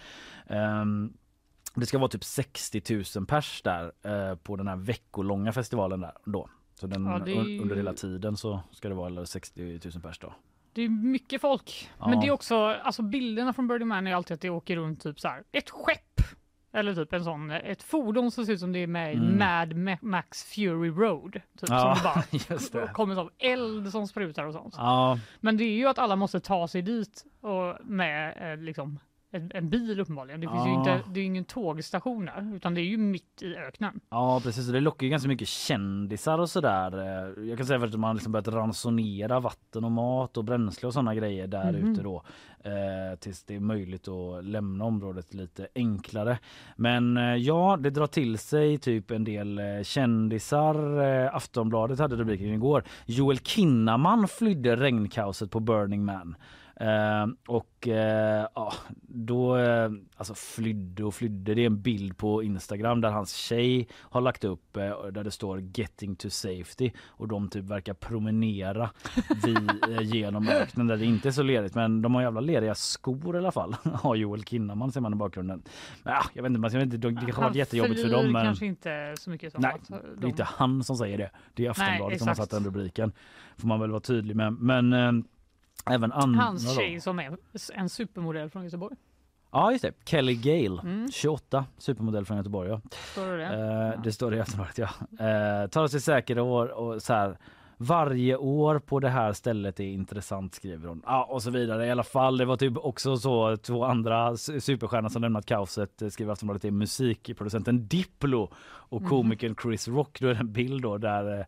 Um, det ska vara typ sextio tusen pers där eh, på den här veckolånga festivalen där då. Så den,
Ja, det är ju-
under hela tiden så ska det vara sextio tusen pers då.
Det är mycket folk.
Ja.
Men det är också, alltså bilderna från Burning Man är alltid att det åker runt typ så här, ett skepp. Eller typ en sån, ett fordon som ser ut som det är med i
Mm.
Mad Ma- Max Fury Road. Typ,
Ja,
som det bara
just det.
kommer som eld som sprutar och sånt.
Ja,
Men det är ju att alla måste ta sig dit och med eh, liksom en, en bil uppenbarligen. Det finns ju
Ja.
inte, det är ingen tågstation där, utan det är ju mitt i öknen.
ja precis. Det lockar ju ganska mycket kändisar och sådär. Jag kan säga att man liksom börjat ransonera vatten och mat och bränsle och sådana grejer där
Mhm.
ute då. Eh, tills det är möjligt att lämna området lite enklare. Men eh, ja, det drar till sig typ en del eh, kändisar. Eh, Aftonbladet hade rubriken igår. Joel Kinnaman flydde regnkaoset på Burning Man. Uh, och uh, ja, då uh, alltså flydde och flydde. Det är en bild på Instagram där hans tjej har lagt upp uh, där det står getting to safety och de typ verkar promenera vid, uh, genom öknen där det inte är så ledigt, men de har jävla leriga skor i alla fall. Har Joel Kinnaman ser man i bakgrunden. Men ja, jag vet inte, man jag vet inte det kanske har varit jättejobbigt för dem, men
kanske inte så mycket som
nej,
att
det är inte han som säger det. Det är Aftonbladet
Nej,
som har
exakt.
satt den rubriken. Får man väl vara tydlig med. Men uh, även andra
Hans
då.
tjej som är en supermodell från Göteborg.
Ja just det, Kelly Gale,
Mm.
tjugoåtta, supermodell från Göteborg. Ja.
Står det det?
Eh,
Ja.
Det står det i Aftonbladet, ja. Eh, tar sig säkra år och så här. Varje år på det här stället är intressant, skriver hon. Ja, och så vidare. I alla fall, det var typ också så två andra s- superstjärnor som lämnat kaoset, eh, skriver Aftonbladet, är musikproducenten Diplo och komikern Chris Rock. Då är det en bild då där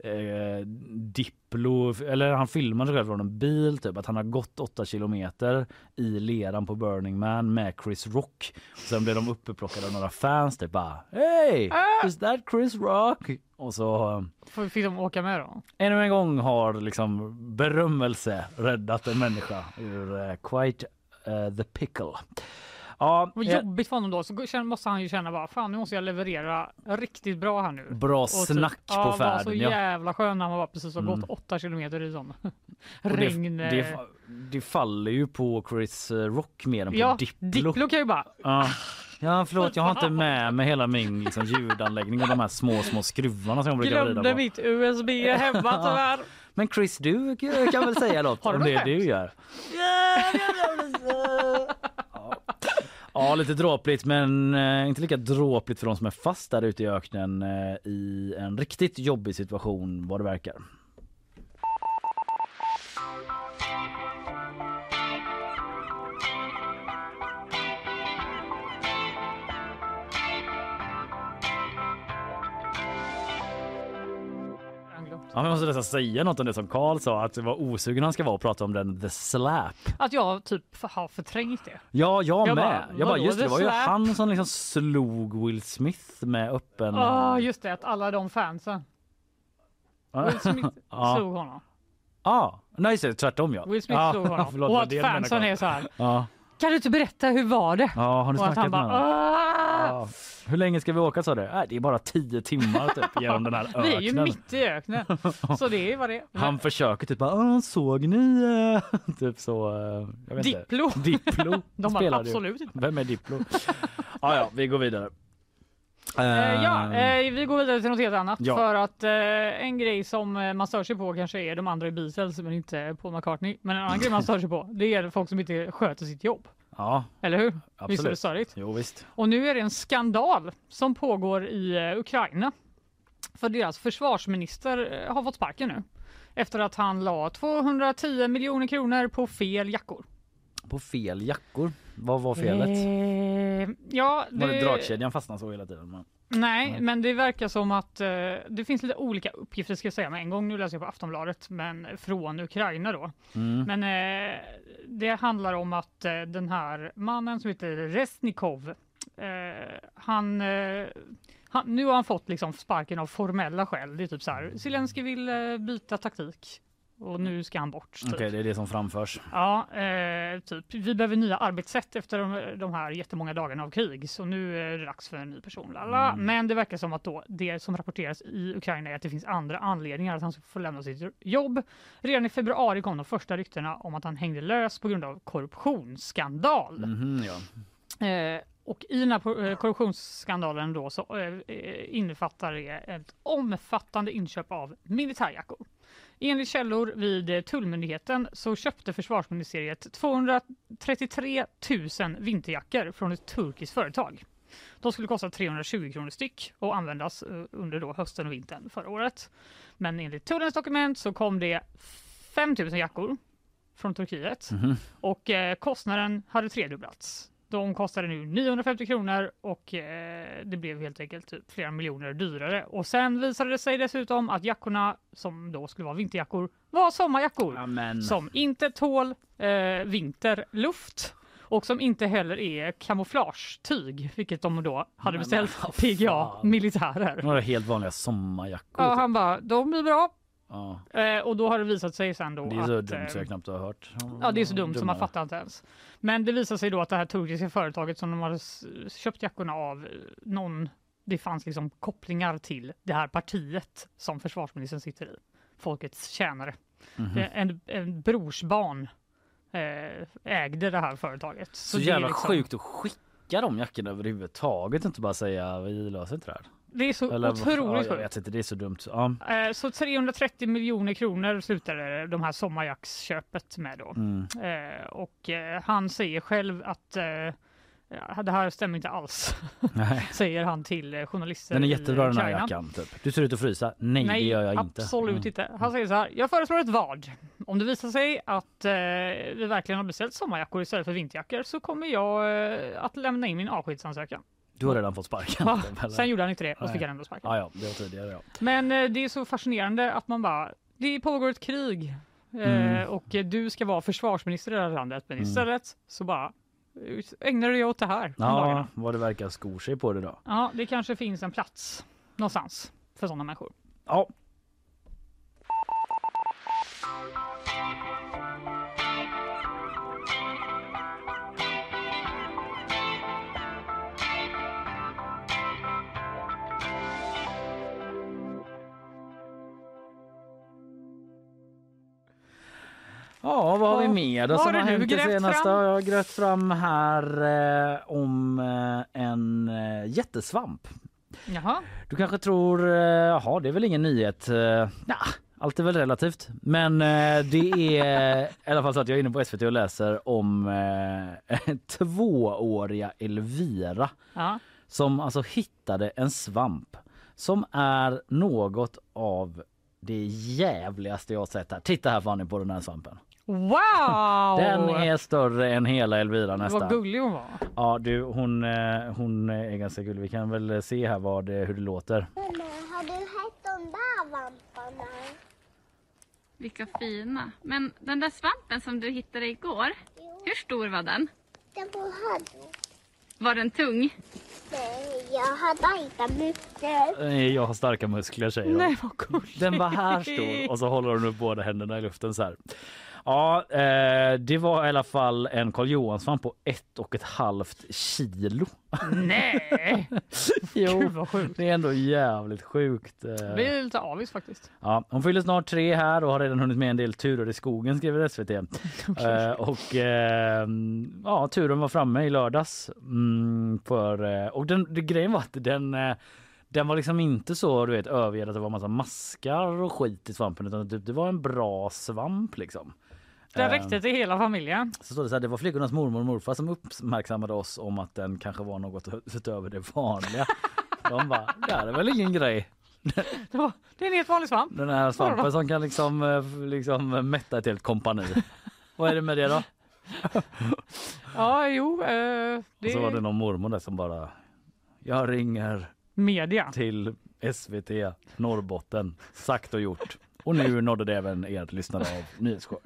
eh, Diplo, eller han filmar sig själv från en bil typ, att han har gått åtta kilometer i leran på Burning Man med Chris Rock. Och sen blev de uppeplockade av några fans typ bara, hey, is that Chris Rock? Och så
Får- Fick de åka med då?
ännu en gång har liksom berömmelse räddat en människa ur uh, quite uh, the pickle. Ja,
Vad
eh,
jobbigt för honom då, så känner- måste han ju känna bara, fan nu måste jag leverera riktigt bra här nu.
bra
Och typ,
snack
ja,
på
var
färden.
så
Ja.
jävla skön när han var precis har
Mm.
gått åtta kilometer i sån
Och
regn.
det, det, det faller ju på Chris eh, Rock mer än på
ja,
Diplo.
Diplo kan ju bara,
Ja. Ja, förlåt, jag har inte med mig hela min liksom, ljudanläggning och de här små, små skruvarna som jag brukar vrida
glömde
på.
mitt U S B hemma tyvärr.
Men Chris, du kan väl säga något
Har du
om det
något
du
skämt?
gör? Ja. Ja, lite dråpligt, men eh, inte lika dråpligt för de som är fast där ute i öknen eh, i en riktigt jobbig situation vad det verkar. Ja, men jag måste nästan säga något om det som Carl sa, att det var osugen han ska vara och prata om den The Slap.
Att jag typ har förträngt det.
Ja, jag,
Jag
med.
bara,
jag bara,
vadå,
just det, det
The
var ju
Slap?
han som liksom slog Will Smith med öppen...
Ja, just det, att alla de fansen. Will Smith
Ja.
slog honom.
Ja, nej just det, tvärtom ja.
Will Smith
ja,
slog honom.
förlåt,
och
vad
att
det du menar,
fansen
Carl.
är så här,
Ja.
kan du inte berätta hur var det?
Ja, har ni
Och att
snackat
han
med
bara,
honom?
"Ah!"
Ja. Hur länge ska vi åka, sa du? Äh, det är bara tio timmar typ genom den här öknen.
Vi är ju mitt i öknen. Så det är vad det är.
Han försöker typ bara, "Åh, såg ni eh?" typ så, eh, jag vet inte.
Diplo.
Diplo.
De har
spelade ju.
absolut inte.
Vem är Diplo? Ja, ja, vi går vidare.
Eh, ja,
Eh,
eh, vi går vidare till något helt annat.
Ja.
För att eh, en grej som eh, man stör sig på kanske är de andra i Beatles, men inte Paul McCartney. Men en annan grej man stör sig på, det är folk som inte sköter sitt jobb.
Ja,
Eller hur? Visst är det
absolut.
störigt?
Jo, visst.
Och nu är det en skandal som pågår i eh, Ukraina. För deras försvarsminister eh, har fått sparken nu. Efter att han la tvåhundratio miljoner kronor på fel jackor.
På fel jackor. Vad var felet?
Eh, ja,
Var det dragkedjan fastnade så hela tiden? Men...
Nej,
Nej.
men det verkar som att eh, det finns lite olika uppgifter, ska jag säga med en gång. Nu läser jag på Aftonbladet, men från Ukraina då.
Mm.
Men eh, det handlar om att eh, den här mannen som heter Resnikov, eh, han, eh, han, nu har han fått liksom sparken av formella skäl. Det är typ så här, Zelensky vill eh, byta taktik och nu ska han bort. Typ.
Okej, det är det som framförs.
Ja, eh, typ. Vi behöver nya arbetssätt efter de, de här jättemånga dagarna av krig. Så nu är det dags för en ny person. Lala.
Mm.
Men det verkar som att då, det som rapporteras i Ukraina är att det finns andra anledningar att han ska få lämna sitt jobb. Redan i februari kom de första ryktena om att han hängde lös på grund av korruptionsskandal.
Mhm, ja.
Eh, och i den här korruptionsskandalen då så innefattar det ett omfattande inköp av militärjackor. Enligt källor vid Tullmyndigheten så köpte försvarsministeriet tvåhundratrettiotre tusen vinterjackor från ett turkiskt företag. De skulle kosta trehundratjugo kronor styck och användas under då hösten och vintern förra året. Men enligt tullens dokument så kom det fem tusen jackor från Turkiet mm-hmm. och eh, kostnaden hade tredubblats. De kostade nu niohundrafemtio kronor och eh, det blev helt enkelt typ flera miljoner dyrare. Och sen visade det sig dessutom att jackorna som då skulle vara vinterjackor var sommarjackor. Amen. Som inte tål eh, vinterluft. Och som inte heller är kamouflagetyg, vilket de då hade beställt men, P G A militärer.
Det var helt vanliga sommarjackor.
Ja, han bara, de blir bra.
Ja.
Eh, och då har det visat sig sen då att...
Det är så att, dumt så jag knappt har hört.
Ja, det är så dumt Dummare. som man fattar inte ens. Men det visar sig då att det här turkiska företaget som de hade köpt jackorna av, någon, det fanns liksom kopplingar till det här partiet som försvarsministern sitter i. Folkets tjänare. Mm-hmm. En, en brorsbarn ägde det här företaget.
Så, så jävla liksom... sjukt att skicka de jackorna överhuvudtaget, inte bara säga vi löser inte det här.
Det är så
Eller,
otroligt
ja, jag vet inte, det är så dumt. Ja.
Så trehundratrettio miljoner kronor slutade de här sommarjacksköpet med då. Mm. Och han säger själv att ja, det här stämmer inte alls. Nej. Säger han till journalister.
Den är jättebra den här jackan typ. Du ser ut att frysa. Nej, Nej det gör jag inte.
Absolut mm. inte. Han säger så här, jag föreslår ett vad. Om det visar sig att eh, vi verkligen har beställt sommarjackor istället för vinterjackor så kommer jag eh, att lämna in min avskedsansökan.
Du har redan fått sparken.
Ja, typ, sen gjorde han inte det och så fick han ändå sparken.
Ja, ja, det var tidigare, ja.
Men eh, det är så fascinerande att man bara, det pågår ett krig mm. eh, och du ska vara försvarsminister i det här landet. Men mm. istället så bara ägnar du dig åt det här.
Ja, vad det verkar skor sig på det då.
Ja, det kanske finns en plats någonstans för sådana människor.
Ja. Ja, vad har vi med då som har hänt det senaste? Jag har grävt fram här eh, om eh, en eh, jättesvamp.
Jaha.
Du kanske tror, jaha, eh, det är väl ingen nyhet. Eh, ja, allt är väl relativt. Men eh, det är i alla fall så att jag är inne på S V T och läser om eh, tvååriga Elvira. Ja. Som alltså hittade en svamp som är något av det jävligaste jag har sett här. Titta här fan på den här svampen.
Wow!
Den är större än hela Elvira nästan.
Vad gullig hon var.
Ja, du, hon, hon är ganska gullig. Vi kan väl se här vad det, hur det låter.
Mamma, har du hett de där svamparna?
Vilka fina. Men den där svampen som du hittade igår, jo. Hur stor var den?
Den var här då.
Var den tung?
Nej, jag har starka muskler.
Jag har starka muskler, säger hon.
Nej, vad gulligt.
Den var här stor och så håller hon upp båda händerna i luften så här. Ja, eh, det var i alla fall en Karl Johansson på ett och ett halvt kilo.
Nej!
Jo,
Gud, vad sjukt.
Det är ändå jävligt sjukt. Eh.
Det blir lite avis faktiskt.
Ja, hon fyller snart tre här och har redan hunnit med en del turer i skogen, skriver S V T. eh, och eh, ja, turen var framme i lördags. Mm, för, eh, och den, det, grejen var att den... Eh, Den var liksom inte så, du vet, övergedd att det var massa maskar och skit i svampen, utan typ, det var en bra svamp liksom.
Den räckte till hela familjen.
Så stod det så här, det var flickornas mormor och morfar som uppmärksammade oss om att den kanske var något utöver det vanliga. De bara, det är väl ingen grej.
Det, var, det är en helt vanlig svamp.
Den här svampen som kan liksom, liksom mätta ett helt kompani. Vad är det med det då?
Ja, jo. Eh, det...
Och så var det någon mormor där som bara, jag ringer...
media
till S V T Norrbotten, sagt och gjort. Och nu nådde det även er lyssnare av Nyhetsshow.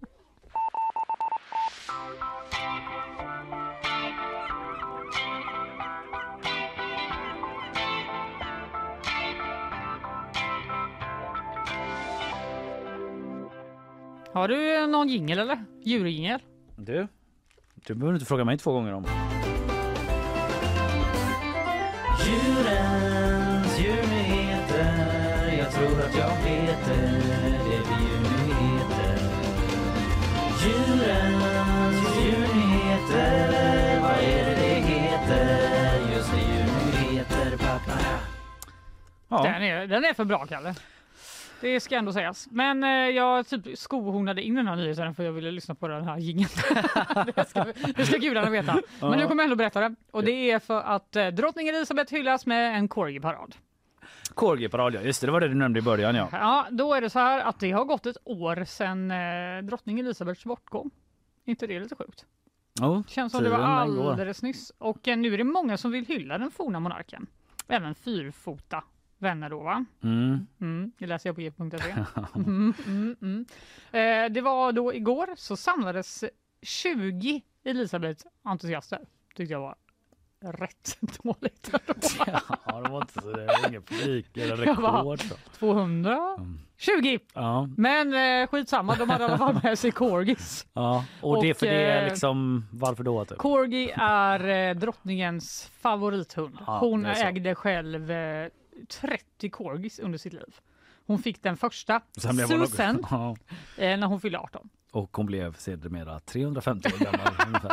Har du någon jingle eller? Djurjingel?
Du, du behöver inte fråga mig två gånger om. Djurens djurnyheter, jag tror att jag vet det, det blir djurnyheter. Djurens djurnyheter, vad är det det heter? Ja.
Den, är, den är för bra, Kalle. Det ska ändå sägas. Men eh, jag typ skohornade in den här nyheten för jag ville lyssna på den här jingeln. det, ska, det ska gudarna veta. Men nu kommer jag ändå berätta det. Och det är för att eh, drottning Elisabeth hyllas med en corgi-parad.
Corgi-parad, ja. Just det, det var det du nämnde i början, ja.
Ja, då är det så här att det har gått ett år sedan eh, drottning Elisabeths bortgång. Inte det lite sjukt?
Oh,
Känns som det var alldeles nyss. Och eh, nu är det många som vill hylla den forna monarken. Även fyrfota vänner då, va?
Mm.
Mm, det läser jag på g punkt se. Mm, mm, mm. Eh, det var då igår så samlades tjugo Elisabeth-entusiaster. Tyckte jag var rätt dåligt.
Ja, det var inte så, det var ingen publik eller rekord.
tvåhundra? tjugo!
Ja.
Men eh, skitsamma, de hade i alla fall med sig corgis.
Ja, och, och det för det är liksom, varför då? Typ?
Corgi är eh, drottningens favorithund.
Ja,
Hon ägde själv eh, trettio corgis under sitt liv. Hon fick den första, Susan, ja. eh, när hon fyllde arton.
Och hon blev sedermera trehundrafemtio år gammal ungefär.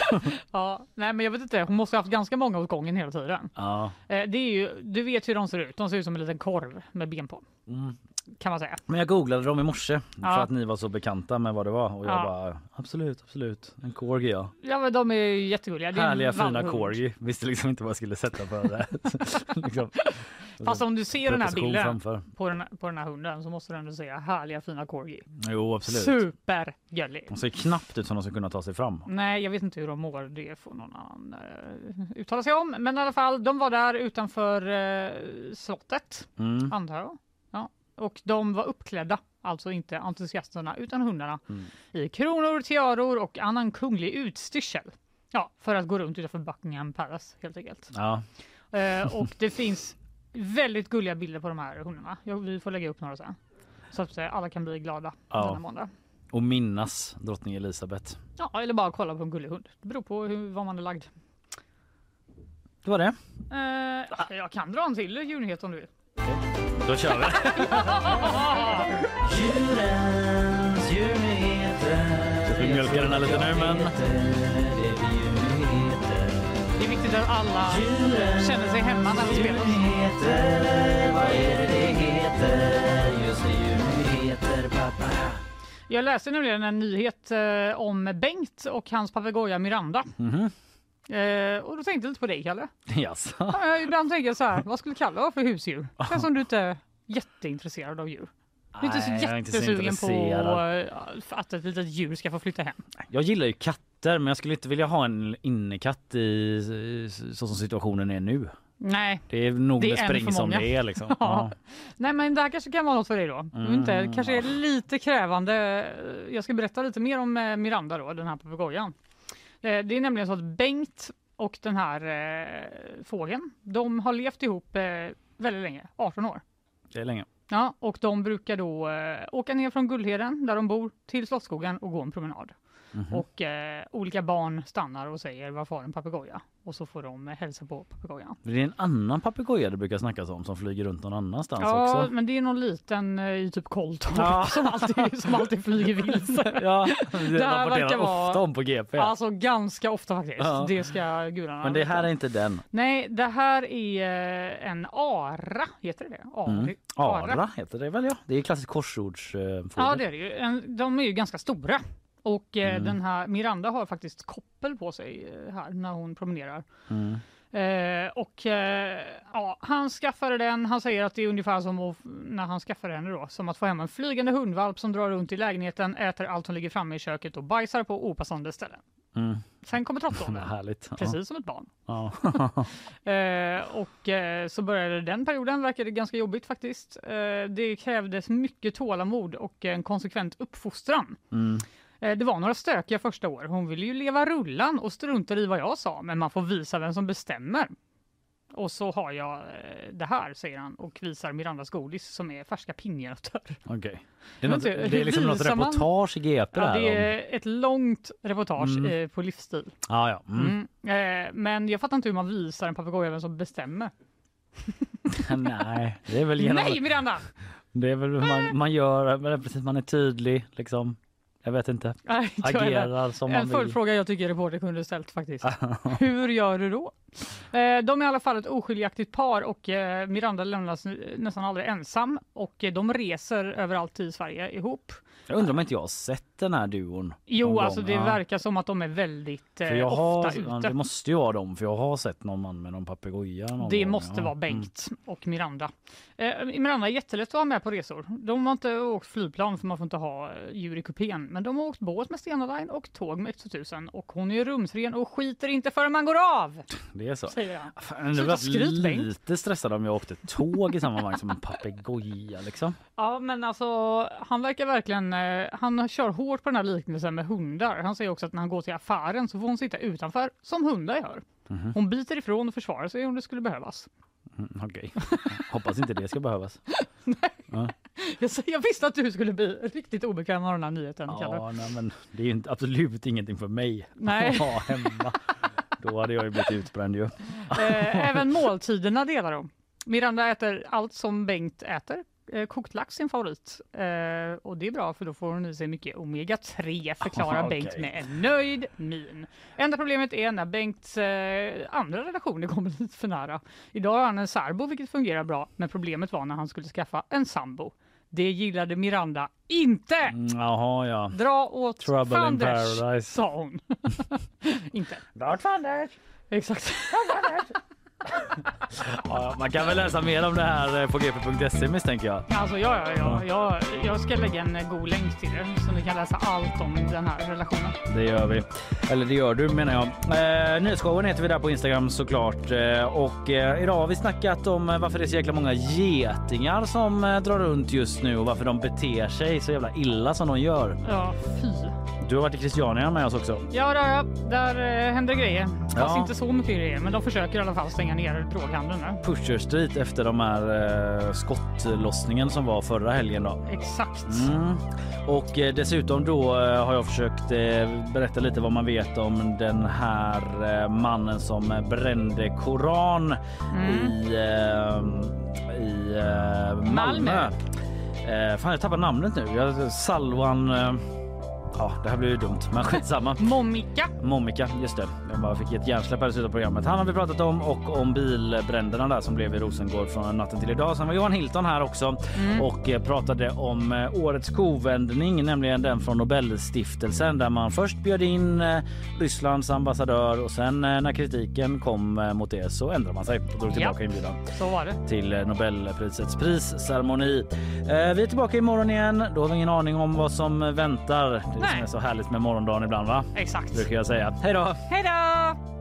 Ja, nej men jag vet inte, hon måste ha haft ganska många åt gången hela tiden.
Ja.
Eh, det är ju, du vet hur de ser ut, de ser ut som en liten korv med ben på. Mm. Kan man säga.
Men jag googlade dem i morse
ja.
för att ni var så bekanta med vad det var och jag
ja.
bara, absolut, absolut, en corgi, ja.
Ja, men de är ju jättegulliga. Det är
härliga fina
vallhund.
Corgi. Visste liksom inte vad jag skulle sätta för det. liksom.
Fast om du ser den här bilden
framför.
på den, på den här hunden så måste du ändå säga härliga fina corgi.
Jo, absolut.
Supergullig.
De ser knappt ut som de ska kunna ta sig fram.
Nej, jag vet inte hur de mår. Det får någon annan uh, uttala sig om. Men i alla fall, de var där utanför uh, slottet, mm. antar jag. Ja. Och de var uppklädda, alltså inte entusiasterna utan hundarna, mm. i kronor, tiaror och annan kunglig utstyrsel. Ja, för att gå runt utanför Buckingham Palace helt enkelt.
Ja.
Uh, och det finns väldigt gulliga bilder på de här hundarna. Jag, vi får lägga upp några sen. Så att alla kan bli glada
ja.
denna måndag.
Och minnas drottning Elisabeth.
Ja, eller bara kolla på en gullig hund. Det beror på hur, var man är lagd.
Det var det.
Uh, jag kan dra en till djurnyhet om du vill.
Då kör vi. Djurens djurnyheter. Så vi mjölkar den här lite nu, men...
Det är viktigt att alla känner sig hemma när de spelar.
Vad är det det heter? Just det, djurnyheter, pappa.
Jag läste nämligen en nyhet eh, om Bengt och hans papegoja Miranda. Mm-hmm. Eh, och då tänkte jag lite på dig, Kalle.
Yes.
Ja, ibland tänker jag så här, vad skulle Kalle ha för husdjur? Känns som du inte är jätteintresserad av djur. Du är inte så
Nej,
jättesugen
inte så
på att ett litet djur ska få flytta hem.
Jag gillar ju katter, men jag skulle inte vilja ha en innekatt i så som situationen är nu.
Nej.
Det är nog
det
med spring som det är liksom.
Ja.
Ja.
Nej, men det här kanske kan vara något för dig då.
Mm.
Inte, kanske är lite krävande. Jag ska berätta lite mer om Miranda då, den här papegojan. Det är nämligen så att Bengt och den här eh, fågeln, de har levt ihop eh, väldigt länge, arton år.
Det är länge.
Ja, och de brukar då eh, åka ner från Guldheden där de bor till Slottsskogen och gå en promenad. Mm-hmm. Och eh, olika barn stannar och säger varför har en papegoja? Och så får de eh, hälsa på papegojan.
Det är en annan papegoja det brukar snackas om som flyger runt någon annanstans
ja,
också.
Ja, men det är någon liten eh, i typ Koltorp ja. som, alltid, som alltid flyger vilse.
Ja, det, det rapporterar
vara,
ofta om på G P.
Alltså ganska ofta faktiskt. Ja. Det ska gudarna.
Men det här är inte den.
Nej, det här är eh, en ara, heter det det? Ari.
Mm. Ara. ara heter det väl, ja. Det är klassiskt korsordsfågel. Eh,
ja, det är det ju. En, de är ju ganska stora. Och eh, mm. den här Miranda har faktiskt koppel på sig eh, här när hon promenerar. Mm. Eh, och eh, ja, han skaffade den, han säger att det är ungefär som att, när han skaffade henne då, som att få hem en flygande hundvalp som drar runt i lägenheten, äter allt som ligger framme i köket och bajsar på opassande ställen. Mm. Sen kommer trottånden.
Härligt.
Precis
ja.
som ett barn.
Ja.
eh, och eh, så började den perioden, verkade ganska jobbigt faktiskt. Eh, det krävdes mycket tålamod och en konsekvent uppfostran. Mm. Det var några stökiga första år. Hon ville ju leva rullan och struntade i vad jag sa. Men man får visa vem som bestämmer. Och så har jag det här, säger han. Och visar Mirandas godis som är färska pinjenötter.
Okej. Okay. Det är, något, det är liksom något reportage i G P.
Ja,
där
det är om... ett långt reportage
mm.
eh, på livsstil.
Ah, ja. Mm.
Mm. Eh, men jag fattar inte hur man visar en papegoja vem som bestämmer.
Nej, det är väl genom...
Nej, Miranda!
Det är väl man, man gör, precis, man är tydlig liksom. Jag vet inte.
Nej,
agerar som man
en
vill.
följdfråga jag tycker reporter kunde ställt faktiskt. Hur gör du då? Eh, de är i alla fall ett oskiljaktigt par och eh, Miranda lämnas nästan aldrig ensam och eh, de reser överallt i Sverige ihop.
Jag undrar om inte jag har sett den här duon.
Jo, alltså det ja. verkar som att de är väldigt eh,
jag
ofta
har,
ute.
Det måste ju vara dem, för jag har sett någon man med någon papegoja. Någon
det
gång.
måste ja. vara Bengt mm. och Miranda. Eh, Miranda är jättelätt att ha med på resor. De har inte åkt flygplan för man får inte ha djur i kupén. Men de har åkt båt med Stena Line och tåg med X tvåtusen. Och hon är rumsren och skiter inte förrän man går av.
Det är så.
Säger han.
Fan, det var skryt, lite Bengt. Stressad om jag åkte tåg i samma vagn som en papegoja liksom. Ja,
men alltså han verkar verkligen, eh, han kör hårt på den här liknelsen med hundar. Han säger också att när han går till affären så får hon sitta utanför som hundar gör. Mm-hmm. Hon biter ifrån och försvarar sig om det skulle behövas.
Mm, Okej, okay. Hoppas inte det ska behövas.
Nej. Ja. Jag, jag visste att du skulle bli riktigt obekväm av den här nyheten.
Ja, nej, men det är ju absolut ingenting för mig
nej.
att ha hemma. Då hade jag ju blivit utbränd ju.
Eh, även måltiderna delar de. Miranda äter allt som Bengt äter. Eh, kokt lax sin favorit. Eh, och det är bra för då får hon i sig mycket omega tre, förklarar okay. Bengt med en nöjd min. Enda problemet är när Bengts eh, andra relationer kommer lite för nära. Idag har han en särbo vilket fungerar bra, men problemet var när han skulle skaffa en sambo. Det gillade Miranda inte.
Jaha, ja.
Dra åt
Trouble
Fanders,
in paradise.
sa hon. inte.
Dra åt Fanders.
Exakt.
Ja, man kan väl läsa mer om det här på g p punkt se misstänker jag.
Alltså ja, ja, ja. Jag, jag ska lägga en god länk till er så ni kan läsa allt om den här relationen.
Det gör vi. Eller det gör du menar jag. Eh, Nyhetsshowen heter vi där på Instagram såklart. Eh, och eh, idag har vi snackat om varför det är så jäkla många getingar som eh, drar runt just nu och varför de beter sig så jävla illa som de gör.
Ja, fy.
Du har varit i Christiania med oss också.
Ja, där, ja. där eh, händer grejer. Fast
ja.
inte så mycket grejer, men de försöker i alla fall stänga ner droghandeln.
Pusher Street efter de här eh, skottlossningen som var förra helgen då.
Exakt.
Mm. Och eh, dessutom då eh, har jag försökt eh, berätta lite vad man vet om den här eh, mannen som brände Koran mm. i, eh, i eh, Malmö. Malmö. Eh, fan, jag tappar namnet nu. Jag, Salwan... Eh, Ja, det här blir ju dumt, men skitsamma.
Momika.
Momika, just det. Jag bara fick ett hjärnsläpp här i slutet av programmet. Han har vi pratat om och om bilbränderna där som blev i Rosengård från natten till idag. Sen var Johan Hilton här också mm. och pratade om årets kovändning, nämligen den från Nobelstiftelsen där man först bjöd in Rysslands ambassadör och sen när kritiken kom mot det så ändrade man sig och drog tillbaka
ja.
inbjudan.
Så var det.
Till Nobelprisets prisceremoni. Vi är tillbaka imorgon igen. Då har vi ingen aning om vad som väntar. Det som är så härligt med morgondagen ibland, va?
Exakt.
Brukar jag säga. Hej då!
Hej då!